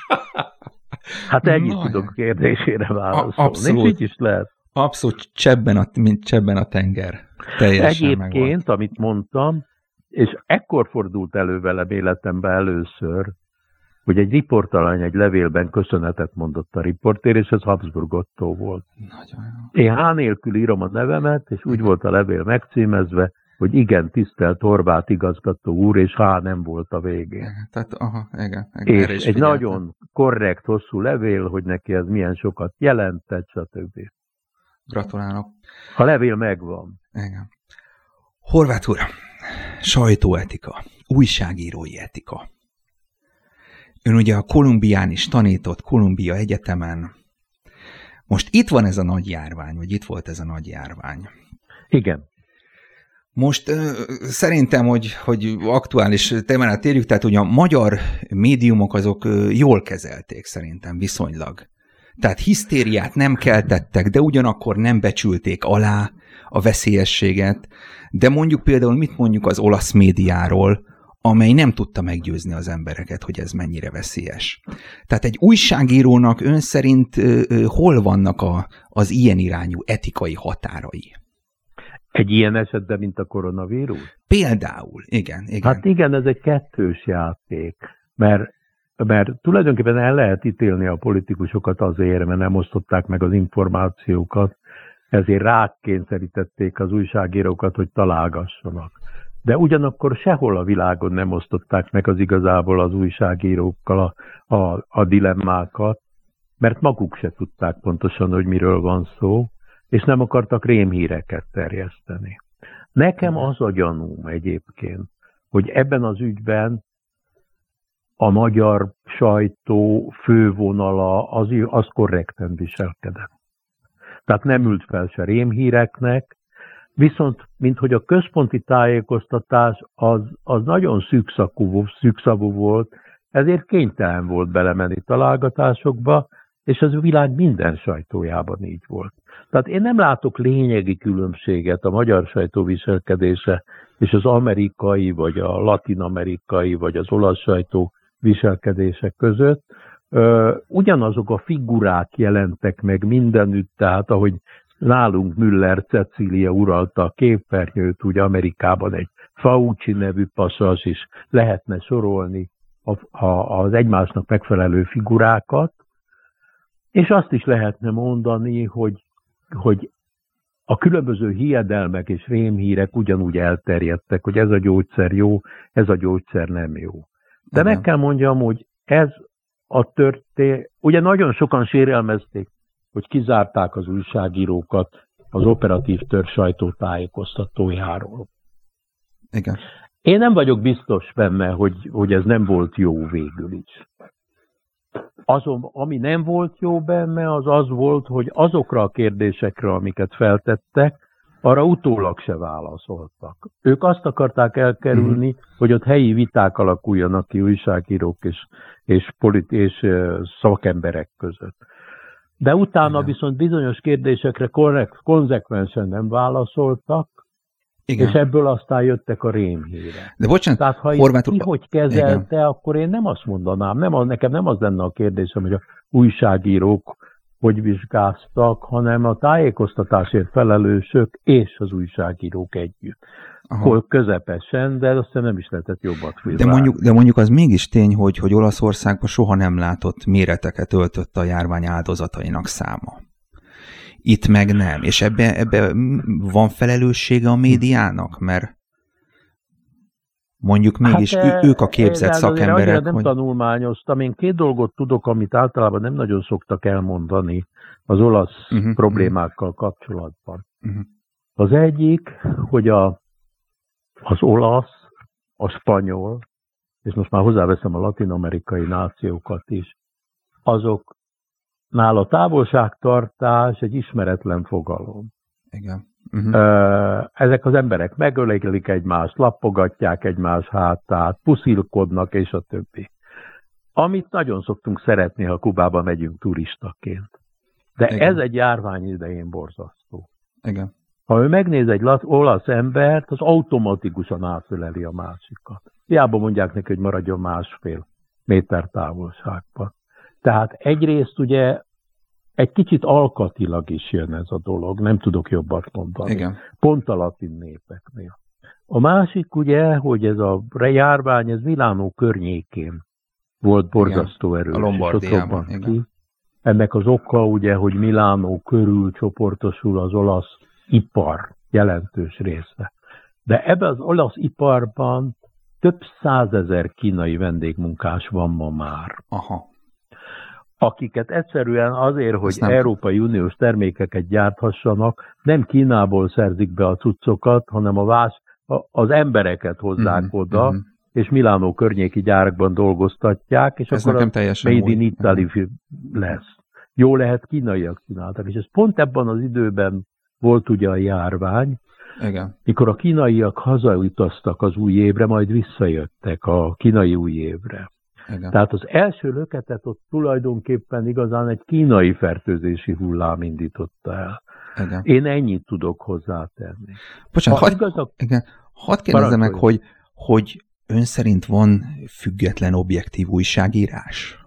Hát ennyit na, tudok kérdésére válaszolni. Abszolút. És így is lehet. Abszolút csebben a, mint csebben a tenger. Teljesen Egyébként, megvolt. amit mondtam, és ekkor fordult elő velem életemben először, hogy egy riportalany egy levélben köszönetet mondott a riportér, és ez Habsburg Otto volt. Nagyon jó. Én H nélkül írom a nevemet, és úgy volt a levél megcímezve, hogy igen, tisztelt Horváth igazgató úr, és H nem volt a végén. Igen, tehát, aha, igen, igen, és egy nagyon korrekt, hosszú levél, hogy neki ez milyen sokat jelentett, stb. Gratulálok. A levél megvan. Igen. Horváth úr, sajtóetika, újságírói etika. Ön ugye a Kolumbián is tanított, Kolumbia Egyetemen. Most itt van ez a nagy járvány, vagy itt volt ez a nagy járvány. Igen. Most uh, szerintem, hogy, hogy aktuális témára térjük, tehát hogy a magyar médiumok azok uh, jól kezelték szerintem viszonylag. Tehát hisztériát nem keltettek, de ugyanakkor nem becsülték alá a veszélyességet, de mondjuk például mit mondjuk az olasz médiáról, amely nem tudta meggyőzni az embereket, hogy ez mennyire veszélyes. Tehát egy újságírónak ön szerint ö, ö, hol vannak a, az ilyen irányú etikai határai? Egy ilyen esetben, mint a koronavírus? Például, igen. igen. Hát igen, ez egy kettős játék, mert Mert tulajdonképpen el lehet ítélni a politikusokat azért, mert nem osztották meg az információkat, ezért rákényszerítették az újságírókat, hogy találgassanak. De ugyanakkor sehol a világon nem osztották meg az igazából az újságírókkal a, a, a dilemmákat, mert maguk se tudták pontosan, hogy miről van szó, és nem akartak rémhíreket terjeszteni. Nekem az a gyanúm egyébként, hogy ebben az ügyben a magyar sajtó fővonala az, az korrekten viselkedett. Tehát nem ült fel se rémhíreknek, viszont, minthogy a központi tájékoztatás az, az nagyon szűkszavú, szűkszavú volt, ezért kénytelen volt belemenni találgatásokba, és ez a világ minden sajtójában így volt. Tehát én nem látok lényegi különbséget a magyar sajtó viselkedése és az amerikai, vagy a latin-amerikai, vagy az olasz sajtó viselkedések között. Ugyanazok a figurák jelentek meg mindenütt, tehát ahogy nálunk Müller Cecília uralta a képernyőt, úgy Amerikában egy Fauci nevű passzas is lehetne sorolni az egymásnak megfelelő figurákat, és azt is lehetne mondani, hogy, hogy a különböző hiedelmek és rémhírek ugyanúgy elterjedtek, hogy ez a gyógyszer jó, ez a gyógyszer nem jó. De meg kell mondjam, hogy ez a történet, ugye nagyon sokan sérelmezték, hogy kizárták az újságírókat az operatív törzs sajtótájékoztatójáról. Igen. Én nem vagyok biztos benne, hogy, hogy ez nem volt jó végül is. Azon, ami nem volt jó benne, az az volt, hogy azokra a kérdésekre, amiket feltettek, arra utólag se válaszoltak. Ők azt akarták elkerülni, uh-huh. hogy ott helyi viták alakuljanak ki újságírók és, és, politi- és szakemberek között. De utána igen. viszont bizonyos kérdésekre korrekt, konzekvensen nem válaszoltak, igen. és ebből aztán jöttek a rémhírek. De bocsánat, tehát ha Horváth... ki hogy kezelte, igen. akkor én nem azt mondanám, nem az, nekem nem az lenne a kérdésem, hogy a újságírók hogy vizsgáztak, hanem a tájékoztatásért felelősök és az újságírók együtt. Hol közepesen, de aztán nem is lehetett jobbat de mondjuk, de mondjuk az mégis tény, hogy, hogy Olaszországban soha nem látott méreteket öltött a járvány áldozatainak száma. Itt meg nem. És ebbe, ebbe van felelőssége a médiának? Mert mondjuk mégis hát, ő, ők a képzett szakemberek. Nem hogy... tanulmányoztam. Én két dolgot tudok, amit általában nem nagyon szoktak elmondani az olasz uh-huh, problémákkal uh-huh. kapcsolatban. Uh-huh. Az egyik, hogy a, az olasz, a spanyol, és most már hozzáveszem a latin-amerikai nációkat is, azoknál a távolságtartás egy ismeretlen fogalom. Igen. Uh-huh. Ezek az emberek megölelik egymást, lappogatják egymás hátát, puszilkodnak, és a többi. Amit nagyon szoktunk szeretni, ha Kubába megyünk turistaként. De igen. ez egy járvány idején borzasztó. Igen. Ha ő megnéz egy olasz embert, az automatikusan átöleli a másikat. Hiába mondják neki, hogy maradjon másfél méter távolságban. Tehát egyrészt ugye egy kicsit alkatilag is jön ez a dolog, nem tudok jobbat mondani. Igen. Pont a latin népeknél. A másik ugye, hogy ez a járvány, ez Milánó környékén volt borzasztó erős. A Lombardiában. Ki. Ennek az oka ugye, hogy Milánó körül csoportosul az olasz ipar jelentős része. De ebben az olasz iparban több százezer kínai vendégmunkás van ma már. Aha. Akiket egyszerűen azért, hogy nem... Európai Uniós termékeket gyárthassanak, nem Kínából szerzik be a cuccokat, hanem a vás, az embereket hozzák mm-hmm. oda, mm-hmm. és Milánó környéki gyárakban dolgoztatják, és ez akkor a Made in Italy mm-hmm. lesz. Jó lehet, kínaiak csináltak, és ez pont ebben az időben volt ugye a járvány, igen. mikor a kínaiak hazautaztak az új évre, majd visszajöttek a kínai új évre. Igen. Tehát az első löketet ott tulajdonképpen igazán egy kínai fertőzési hullám indította el. Igen. Én ennyit tudok hozzátenni. Bocsánat, hadd igazak... had kérdezzem meg, hogy, hogy ön szerint van független objektív újságírás?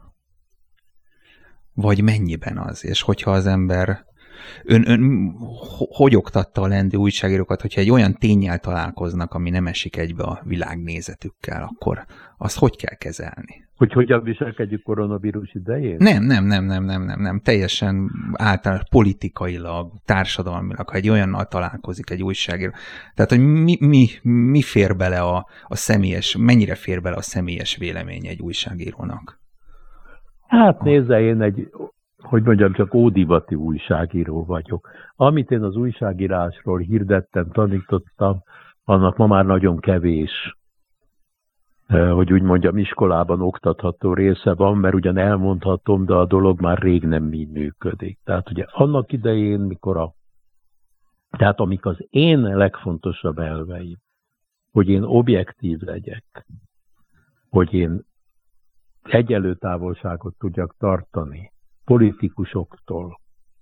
Vagy mennyiben az? És hogyha az ember... Ön, ön hogy oktatta a lendő újságírókat, hogyha egy olyan ténnyel találkoznak, ami nem esik egybe a világnézetükkel, akkor azt hogy kell kezelni? Hogy hogyan viselkedjük koronavírus idején? Nem, nem, nem, nem, nem, nem, nem. Teljesen általános politikailag, társadalmilag, ha egy olyannal találkozik egy újságíró. Tehát, hogy mi, mi, mi fér bele a, a személyes, mennyire fér bele a személyes vélemény egy újságírónak? Hát nézze, én egy... hogy mondjam, csak ódivati újságíró vagyok. Amit én az újságírásról hirdettem, tanítottam, annak ma már nagyon kevés, hogy úgy mondjam, iskolában oktatható része van, mert ugyan elmondhatom, de a dolog már rég nem így működik. Tehát ugye annak idején, mikor a... Tehát amik az én legfontosabb elveim, hogy én objektív legyek, hogy én egyenlő távolságot tudjak tartani, politikusoktól,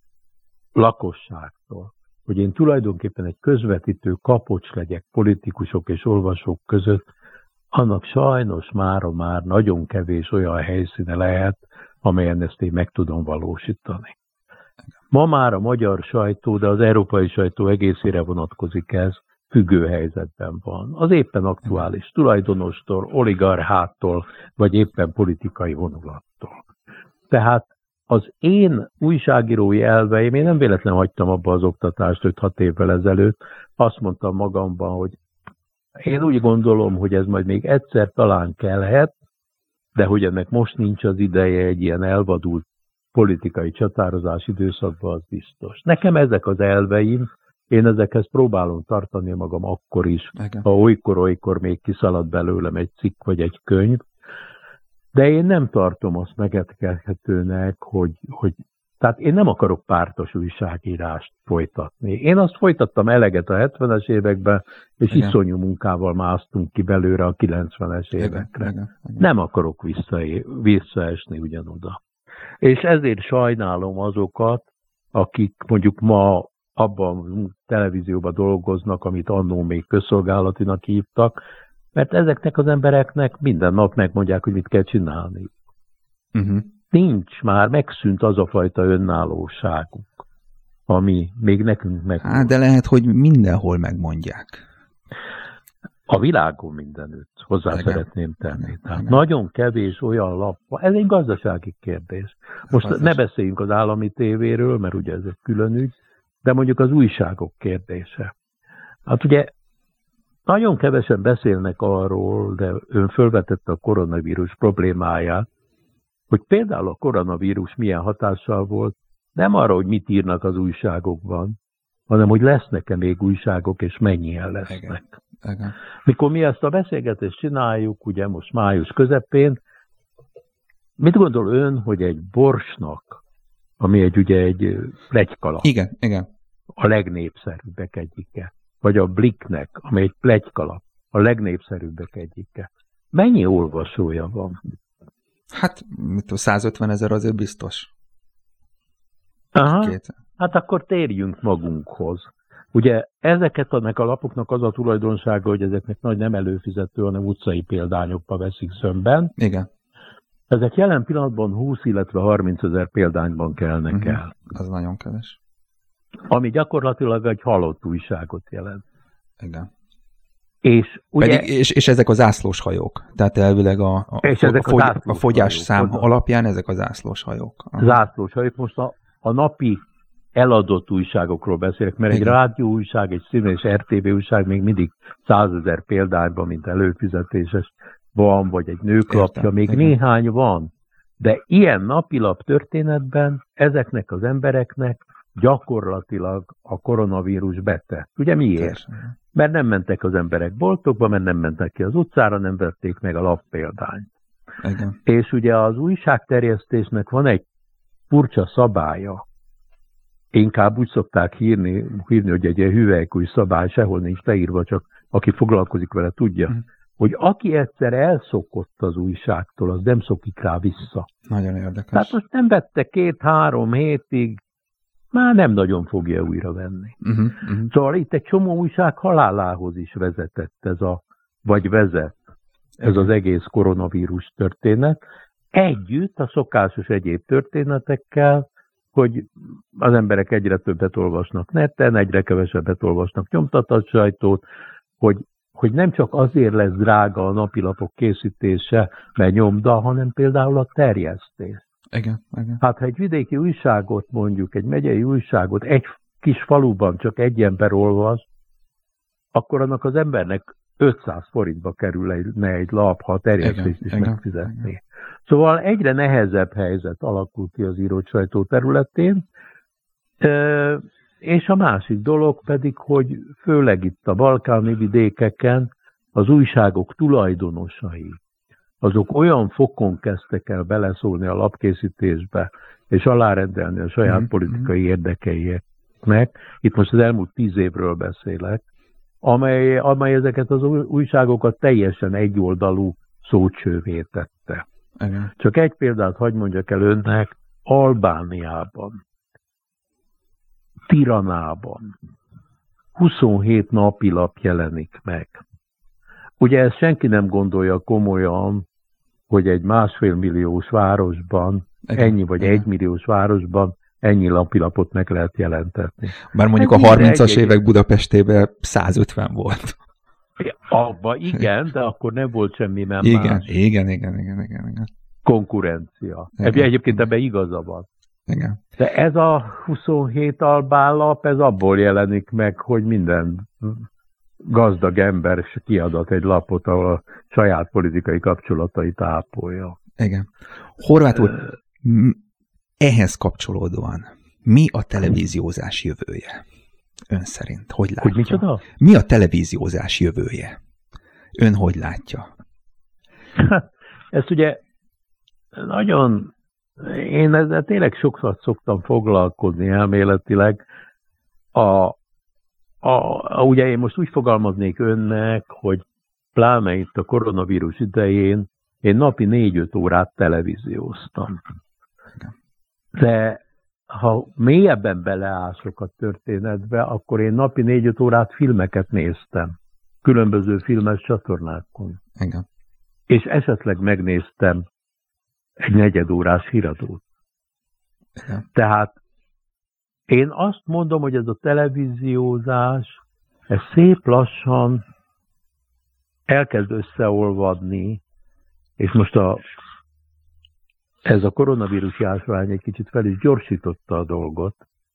lakosságtól, hogy én tulajdonképpen egy közvetítő kapocs legyek politikusok és olvasók között, annak sajnos mára már nagyon kevés olyan helyszíne lehet, amelyen ezt én meg tudom valósítani. Ma már a magyar sajtó, de az európai sajtó egészére vonatkozik ez, függő helyzetben van. Az éppen aktuális tulajdonostól, oligarchától, vagy éppen politikai vonulattól. Tehát az én újságírói elveim, én nem véletlenül hagytam abba az oktatást öt-hat évvel ezelőtt, azt mondtam magamban, hogy én úgy gondolom, hogy ez majd még egyszer talán kellhet, de hogy ennek most nincs az ideje egy ilyen elvadult politikai csatározás időszakban, az biztos. Nekem ezek az elveim, én ezekhez próbálom tartani magam akkor is, igen. Ha olykor-olykor még kiszalad belőlem egy cikk vagy egy könyv, de én nem tartom azt megedkelhetőnek, hogy, hogy Tehát én nem akarok pártos újságírást folytatni. Én azt folytattam eleget a hetvenes években, és igen. iszonyú munkával másztunk ki belőle a kilencvenes évekre. Igen, igen, igen. Nem akarok vissza, visszaesni ugyanoda. És ezért sajnálom azokat, akik mondjuk ma abban a televízióban dolgoznak, amit annó még közszolgálatinak hívtak, mert ezeknek az embereknek minden nap megmondják, hogy mit kell csinálni. Uh-huh. Nincs már, megszűnt az a fajta önállóságuk, ami még nekünk meg. Hát, de lehet, hogy mindenhol megmondják. A világon mindenütt hozzá igen. szeretném tenni. Tehát nagyon kevés olyan lap van. Ez egy gazdasági kérdés. Most gazdaság. Ne beszéljünk az állami tévéről, mert ugye ez egy külön ügy, de mondjuk az újságok kérdése. Hát ugye nagyon kevesen beszélnek arról, de ön fölvetette a koronavírus problémáját, hogy például a koronavírus milyen hatással volt, nem arra, hogy mit írnak az újságokban, hanem hogy lesznek-e még újságok, és mennyien lesznek. Igen. Igen. Mikor mi ezt a beszélgetést csináljuk, ugye most május közepén, mit gondol ön, hogy egy Borsnak, ami egy ugye egy pletykkalap, igen, igen. a legnépszerűbbek egyike, vagy a Blicknek, ami egy pletykkalap, a legnépszerűbbek egyike, mennyi olvasója van? Hát, mit tudom, százötven ezer azért biztos. Aha, hát akkor térjünk magunkhoz. Ugye ezeket ennek a lapoknak az a tulajdonsága, hogy ezeknek nagy nem előfizető, hanem utcai példányokba veszik szömben. Igen. Ezek jelen pillanatban húsz, illetve harminc ezer példányban kelnek uh-huh. el. Az nagyon keves. Ami gyakorlatilag egy halott újságot jelent. Igen. És, ugye, Pedig, és, és ezek a zászlós hajók. Tehát elvileg a, a, és a, ezek fogy, a, a fogyás hajók, szám oda. alapján ezek a zászlós hajók. Aha. Zászlós hajók. Most a, a napi eladott újságokról beszélek, mert igen. egy rádióújság, egy színes er té vé újság még mindig százezer példányban, mint előfizetéses van, vagy egy nőklapja, értem, még igen. néhány van. De ilyen napilap történetben ezeknek az embereknek gyakorlatilag a koronavírus betett. Ugye miért? Persze. Mert nem mentek az emberek boltokba, mert nem mentek ki az utcára, nem vették meg a lappéldányt. Igen. És ugye az újságterjesztésnek van egy furcsa szabálya. Inkább úgy szokták hírni, hírni hogy egy ilyen hüvelykúj szabály, sehol nincs leírva, csak aki foglalkozik vele tudja, mm. hogy aki egyszer elszokott az újságtól, az nem szokik rá vissza. Nagyon érdekes. Tehát most nem vette két-három hétig, már nem nagyon fogja újra venni. Uh-huh, uh-huh. Szóval itt egy csomó újság halálához is vezetett ez a, vagy vezet ez uh-huh. az egész koronavírus történet. Együtt a szokásos egyéb történetekkel, hogy az emberek egyre többet olvasnak neten, egyre kevesebbet olvasnak nyomtatott sajtót, hogy, hogy nem csak azért lesz drága a napilapok készítése, mert nyomda, hanem például a terjesztés. Igen, igen. Hát ha egy vidéki újságot mondjuk, egy megyei újságot egy kis faluban csak egy ember olvas, akkor annak az embernek ötszáz forintba kerülne egy lap, ha a terjesztést is megfizetné. Szóval egyre nehezebb helyzet alakul ki az írott sajtó területén, és a másik dolog pedig, hogy főleg itt a balkáni vidékeken az újságok tulajdonosai, azok olyan fokon kezdtek el beleszólni a lapkészítésbe, és alárendelni a saját mm. politikai érdekeieknek, itt most az elmúlt tíz évről beszélek, amely, amely ezeket az újságokat teljesen egyoldalú szócsővé tette. Igen. Csak egy példát hadd mondjak el önnek, Albániában, Tiranában huszonhét napilap jelenik meg. Ugye ezt senki nem gondolja komolyan, hogy egy másfél milliós városban, igen, ennyi vagy igen. egymilliós városban ennyi napilapot meg lehet jelentetni. Bár mondjuk ez a harmincas évek egy... Budapestében százötven volt. Abba igen, de akkor nem volt semmi nem igen, más. Igen, igen, igen, igen, igen. Konkurencia. Igen. Egyébként ebben igaza van. Igen. De ez a huszonhét albán lap, ez abból jelenik meg, hogy minden gazdag ember kiadat egy lapot, ahol a saját politikai kapcsolatait ápolja. Igen. Horváth úr, ehhez kapcsolódóan mi a televíziózás jövője? Ön szerint, hogy látja? Hogy micsoda? Mi a televíziózás jövője? Ön hogy látja? Ezt ugye nagyon én ezzel tényleg sokszor szoktam foglalkozni elméletileg. A, a, a, ugye én most úgy fogalmaznék önnek, hogy pláne itt a koronavírus idején én napi négy-öt órát televízióztam. De ha mélyebben beleások a történetbe, akkor én napi négy-öt órát filmeket néztem. Különböző filmes csatornákon. Igen. És esetleg megnéztem egy negyedórás híradót. Igen. Tehát én azt mondom, hogy ez a televíziózás, ez szép lassan elkezd összeolvadni, és most a, ez a koronavírus járvány egy kicsit fel is gyorsította a dolgot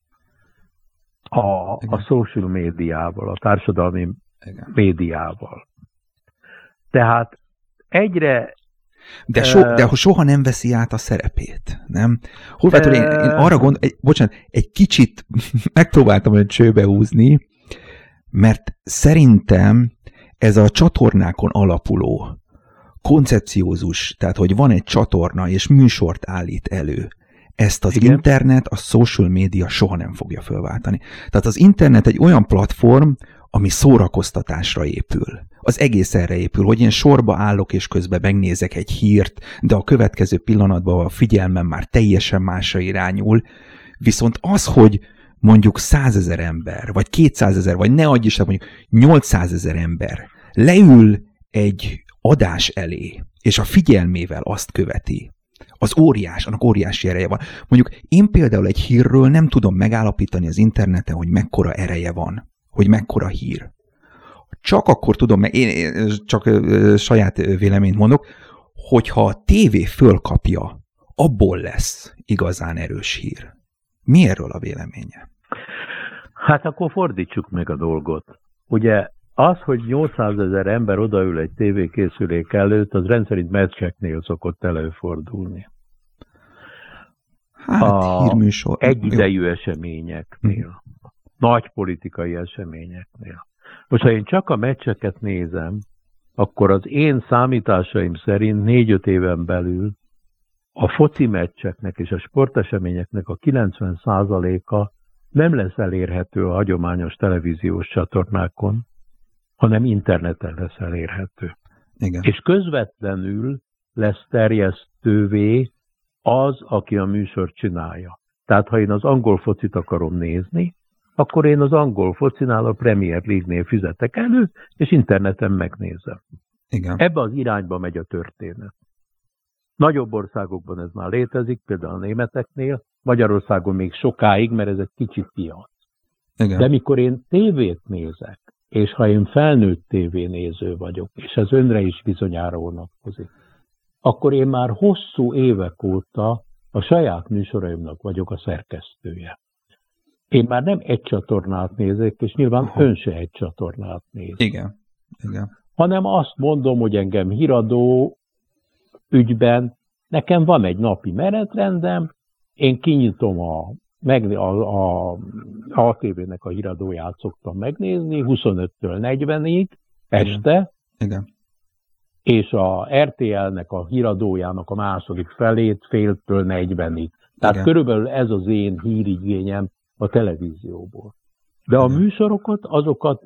a, a social médiával, a társadalmi Igen. médiával. Tehát egyre... De, so, de soha nem veszi át a szerepét, nem? Horváth úr, én, én arra gondolom, egy, bocsánat, egy kicsit megpróbáltam olyan csőbe húzni, mert szerintem ez a csatornákon alapuló koncepciózus, tehát hogy van egy csatorna és műsort állít elő, ezt az Igen. internet, a social média soha nem fogja fölváltani. Tehát az internet egy olyan platform, ami szórakoztatásra épül. Az egész erre épül, hogy én sorba állok, és közben megnézek egy hírt, de a következő pillanatban a figyelmem már teljesen másra irányul. Viszont az, hogy mondjuk százezer ember, vagy kétszázezer, vagy ne adj Isten, mondjuk nyolcszázezer ember leül egy adás elé, és a figyelmével azt követi, az óriás, annak óriási ereje van. Mondjuk én például egy hírről nem tudom megállapítani az interneten, hogy mekkora ereje van, hogy mekkora hír. Csak akkor tudom, mert én, én csak ö, saját véleményt mondok, hogyha a tévé fölkapja, abból lesz igazán erős hír. Mi erről a véleménye? Hát akkor fordítsuk meg a dolgot. Ugye az, hogy nyolcszázezer ember odaül egy tévékészülék előtt, az rendszerint meccseknél szokott előfordulni. Hát, a hírműsor. Egyidejű eseményeknél. Nagy politikai eseményeknél. Most, ha én csak a meccseket nézem, akkor az én számításaim szerint négy-öt éven belül a foci meccseknek és a sporteseményeknek a kilencven százaléka nem lesz elérhető a hagyományos televíziós csatornákon, hanem interneten lesz elérhető. Igen. És közvetlenül lesz terjesztővé az, aki a műsort csinálja. Tehát, ha én az angol focit akarom nézni, akkor én az angol focinál a Premier League-nél fizetek elő, és interneten megnézem. Igen. Ebbe az irányba megy a történet. Nagyobb országokban ez már létezik, például a németeknél, Magyarországon még sokáig, mert ez egy kicsi piac. Igen. De mikor én tévét nézek, és ha én felnőtt tévénéző vagyok, és ez önre is bizonyára vonatkozik, akkor én már hosszú évek óta a saját műsoraimnak vagyok a szerkesztője. Én már nem egy csatornát nézek, és nyilván Aha. ön se egy csatornát néz. Igen. Igen. Hanem azt mondom, hogy engem híradó ügyben, nekem van egy napi menetrendem, én kinyitom a, meg, a, a, a á té vé-nek a híradóját szoktam megnézni, huszonöttől negyvenig este, Igen. és a er té el-nek a híradójának a második felét féltől negyvenig. Tehát Igen. körülbelül ez az én hírigényem a televízióból. De a műsorokat, azokat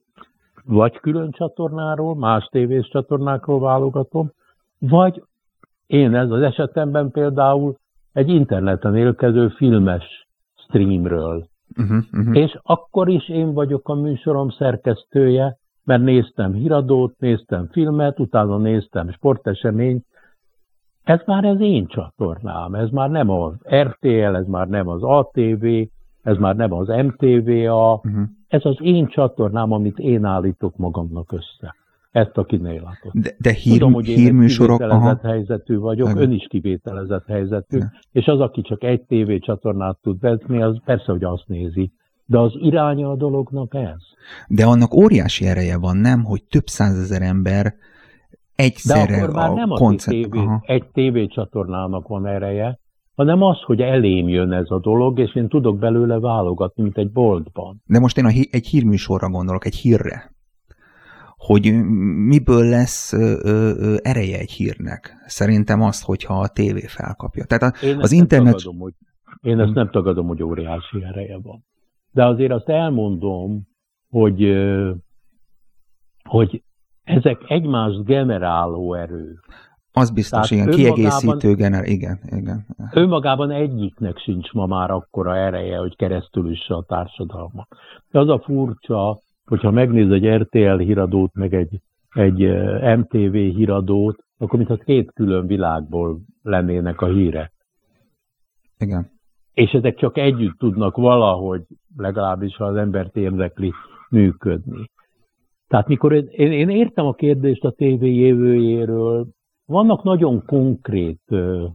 vagy külön csatornáról, más tévés csatornákról válogatom, vagy én ez az esetemben például egy interneten élkező filmes streamről. Uh-huh, uh-huh. És akkor is én vagyok a műsorom szerkesztője, mert néztem híradót, néztem filmet, utána néztem sporteseményt. Ez már az én csatornám, ez már nem az er té el, ez már nem az á té vé, ez már nem az em té vé á, uh-huh. ez az én csatornám, amit én állítok magamnak össze. Ezt a kinélatot. De, de hír, Tudom, hogy én hírműsorok... kivételezett aha. helyzetű vagyok, Aha. ön is kivételezett helyzetű, ja. és az, aki csak egy tévécsatornát tud vetni, az persze, hogy azt nézi. De az iránya a dolognak ez. De annak óriási ereje van, nem, hogy több százezer ember egyszerre... De akkor már nem koncert... a tévé, egy tévécsatornának van ereje, hanem az, hogy elém jön ez a dolog, és én tudok belőle válogatni, mint egy boltban. De most én a hí- egy hírműsorra gondolok, egy hírre. hogy miből lesz ö, ö, ereje egy hírnek. Szerintem azt, hogyha a tévé felkapja. Tehát a, az internet... Tagadom, hogy, én ezt nem tagadom, hogy óriási ereje van. De azért azt elmondom, hogy, hogy ezek egymást generáló erő. Az biztos, igen, kiegészítő generál, igen, igen. Önmagában egyiknek sincs ma már akkora ereje, hogy keresztül üsse a társadalmat. De az a furcsa, hogyha megnéz egy er té el híradót, meg egy, egy em té vé híradót, akkor mintha két külön világból lennének a hírek. Igen. És ezek csak együtt tudnak valahogy, legalábbis ha az embert érdekli, működni. Tehát mikor én, én értem a kérdést a tévé jövőjéről, vannak nagyon konkrét... Uh,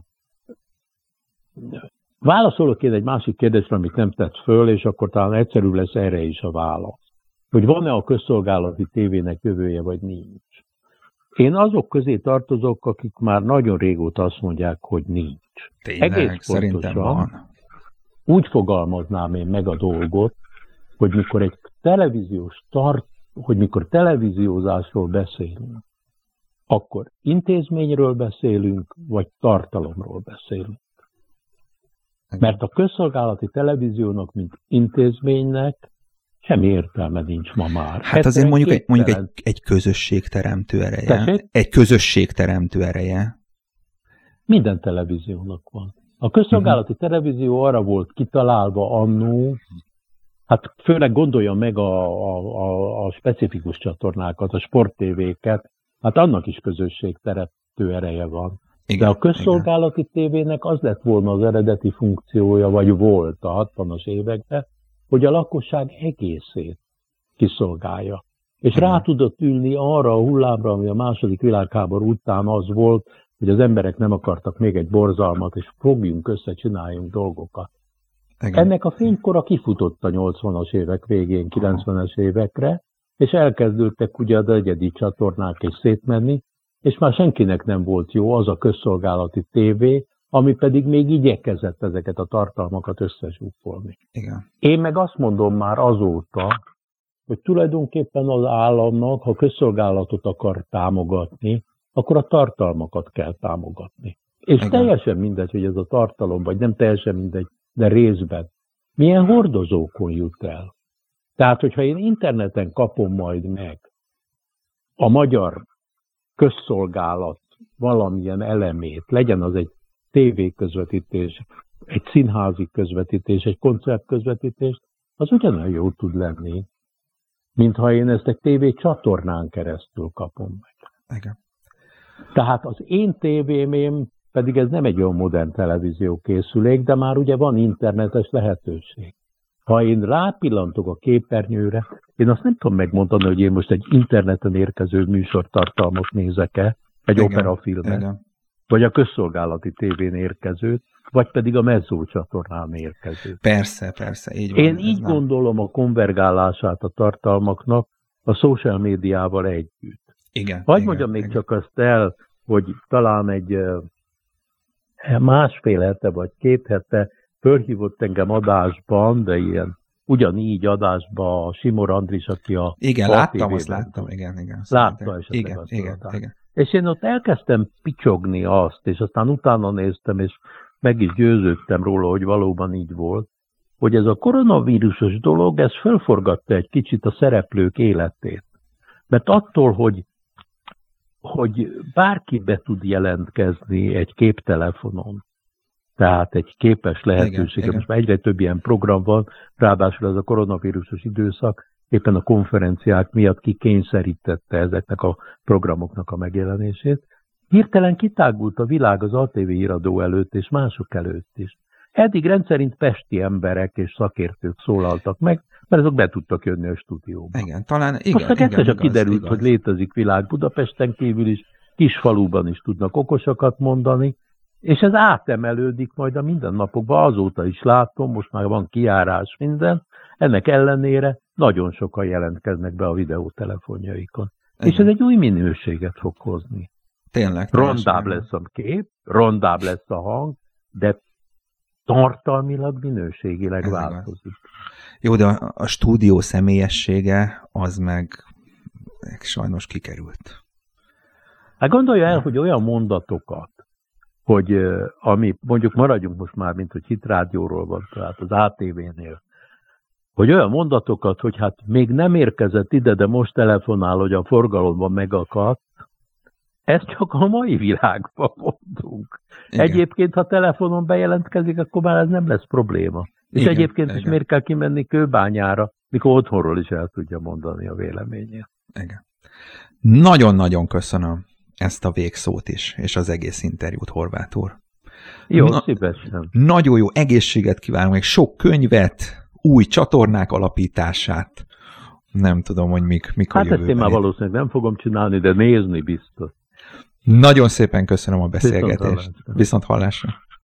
válaszolok én egy másik kérdésre, amit nem tett föl, és akkor talán egyszerűbb lesz erre is a válasz. Hogy van-e a közszolgálati tévének jövője, vagy nincs. Én azok közé tartozok, akik már nagyon régóta azt mondják, hogy nincs. Tényleg, egész szerintem van. Úgy fogalmaznám én meg a dolgot, hogy mikor egy televíziós tart, hogy mikor televíziózásról beszélünk, akkor intézményről beszélünk, vagy tartalomról beszélünk. Mert a közszolgálati televíziónak, mint intézménynek semmi értelme nincs ma már. Hát azért mondjuk, egy, mondjuk egy, egy közösségteremtő ereje. Tessék? Egy közösségteremtő ereje. Minden televíziónak van. A közszolgálati uh-huh. televízió arra volt kitalálva annó, hát főleg gondolja meg a, a, a, a specifikus csatornákat, a sporttévéket, hát annak is közösségteremtő ereje van. Igen, de a közszolgálati igen. tévének az lett volna az eredeti funkciója, vagy volt a hatvanas években, hogy a lakosság egészét kiszolgálja. És igen. rá tudott ülni arra a hullámra, ami a második világháború után az volt, hogy az emberek nem akartak még egy borzalmat, és fogjunk össze, csináljunk dolgokat. Igen. Ennek a fénykora kifutott a nyolcvanas évek végén, kilencvenes évekre, és elkezdődtek ugye az egyedi csatornák is szétmenni, és már senkinek nem volt jó az a közszolgálati tévé, ami pedig még igyekezett ezeket a tartalmakat összezsúfolni. Igen. Én meg azt mondom már azóta, hogy tulajdonképpen az államnak, ha közszolgálatot akar támogatni, akkor a tartalmakat kell támogatni. És igen. teljesen mindegy, hogy ez a tartalom, vagy nem teljesen mindegy, de részben. Milyen hordozókon jut el? Tehát, hogyha én interneten kapom majd meg a magyar közszolgálat valamilyen elemét, legyen az egy tévéközvetítés, egy színházi közvetítés, egy koncertközvetítés, az ugyanolyan jó tud lenni, mint ha én ezt egy tévé csatornán keresztül kapom meg. Igen. Tehát az én tévém pedig ez nem egy olyan modern televíziókészülék, de már ugye van internetes lehetőség. Ha én rápillantok a képernyőre, én azt nem tudom megmondani, hogy én most egy interneten érkező műsortartalmat nézek-e, egy igen, operafilmet, igen. vagy a közszolgálati tévén érkezőt, vagy pedig a Mezzó csatornán érkezőt. Persze, persze, így van. Én így nem. gondolom a konvergálását a tartalmaknak a social médiával együtt. Igen. Hagy igen, mondjam még igen. csak azt el, hogy talán egy másfél hete vagy két hete fölhívott engem adásban, de ilyen ugyanígy adásban a Simor Andris, aki a... Igen, láttam, azt láttam, igen, igen. Látta esetleg igen, azt igen, igen. És én ott elkezdtem picsogni azt, és aztán utána néztem, és meg is győződtem róla, hogy valóban így volt, hogy ez a koronavírusos dolog, ez fölforgatta egy kicsit a szereplők életét. Mert attól, hogy, hogy bárki be tud jelentkezni egy képtelefonon, tehát egy képes lehetőség, most már egyre több ilyen program van, ráadásul ez a koronavírusos időszak éppen a konferenciák miatt kikényszerítette ezeknek a programoknak a megjelenését. Hirtelen kitágult a világ az á té vé iradó előtt és mások előtt is. Eddig rendszerint pesti emberek és szakértők szólaltak meg, mert azok be tudtak jönni a stúdióba. Igen, talán igen. Most meg egyszer csak kiderült, igaz. hogy létezik világ Budapesten kívül is, kisfaluban is tudnak okosakat mondani, és ez átemelődik majd a mindennapokban, azóta is látom, most már van kijárás minden, ennek ellenére nagyon sokan jelentkeznek be a videótelefonjaikon. Igen. És ez egy új minőséget fog hozni. Tényleg. Rondább lesz a kép, rondább lesz a hang, de tartalmilag, minőségileg ez változik. Igaz. Jó, de a, a stúdió személyessége az meg sajnos kikerült. Hát gondolja el, hogy olyan mondatokat, hogy ami, mondjuk maradjunk most már, mint hogy Hitrádióról van, tehát az á té vé-nél, hogy olyan mondatokat, hogy hát még nem érkezett ide, de most telefonál, hogy a forgalomban megakadt, ezt csak a mai világban mondunk. Igen. Egyébként, ha telefonon bejelentkezik, akkor már ez nem lesz probléma. És igen, egyébként igen. is miért kell kimenni Kőbányára, mikor otthonról is el tudja mondani a véleményét. Igen. Nagyon-nagyon köszönöm ezt a végszót is, és az egész interjút, Horváth úr. Jó, Na, szívesen. Nagyon jó egészséget kívánunk, meg sok könyvet, új csatornák alapítását. Nem tudom, hogy mik, mik hát a jövőben. Hát ezt én már valószínűleg nem fogom csinálni, de nézni biztos. Nagyon szépen köszönöm a beszélgetést. Viszont hallásra.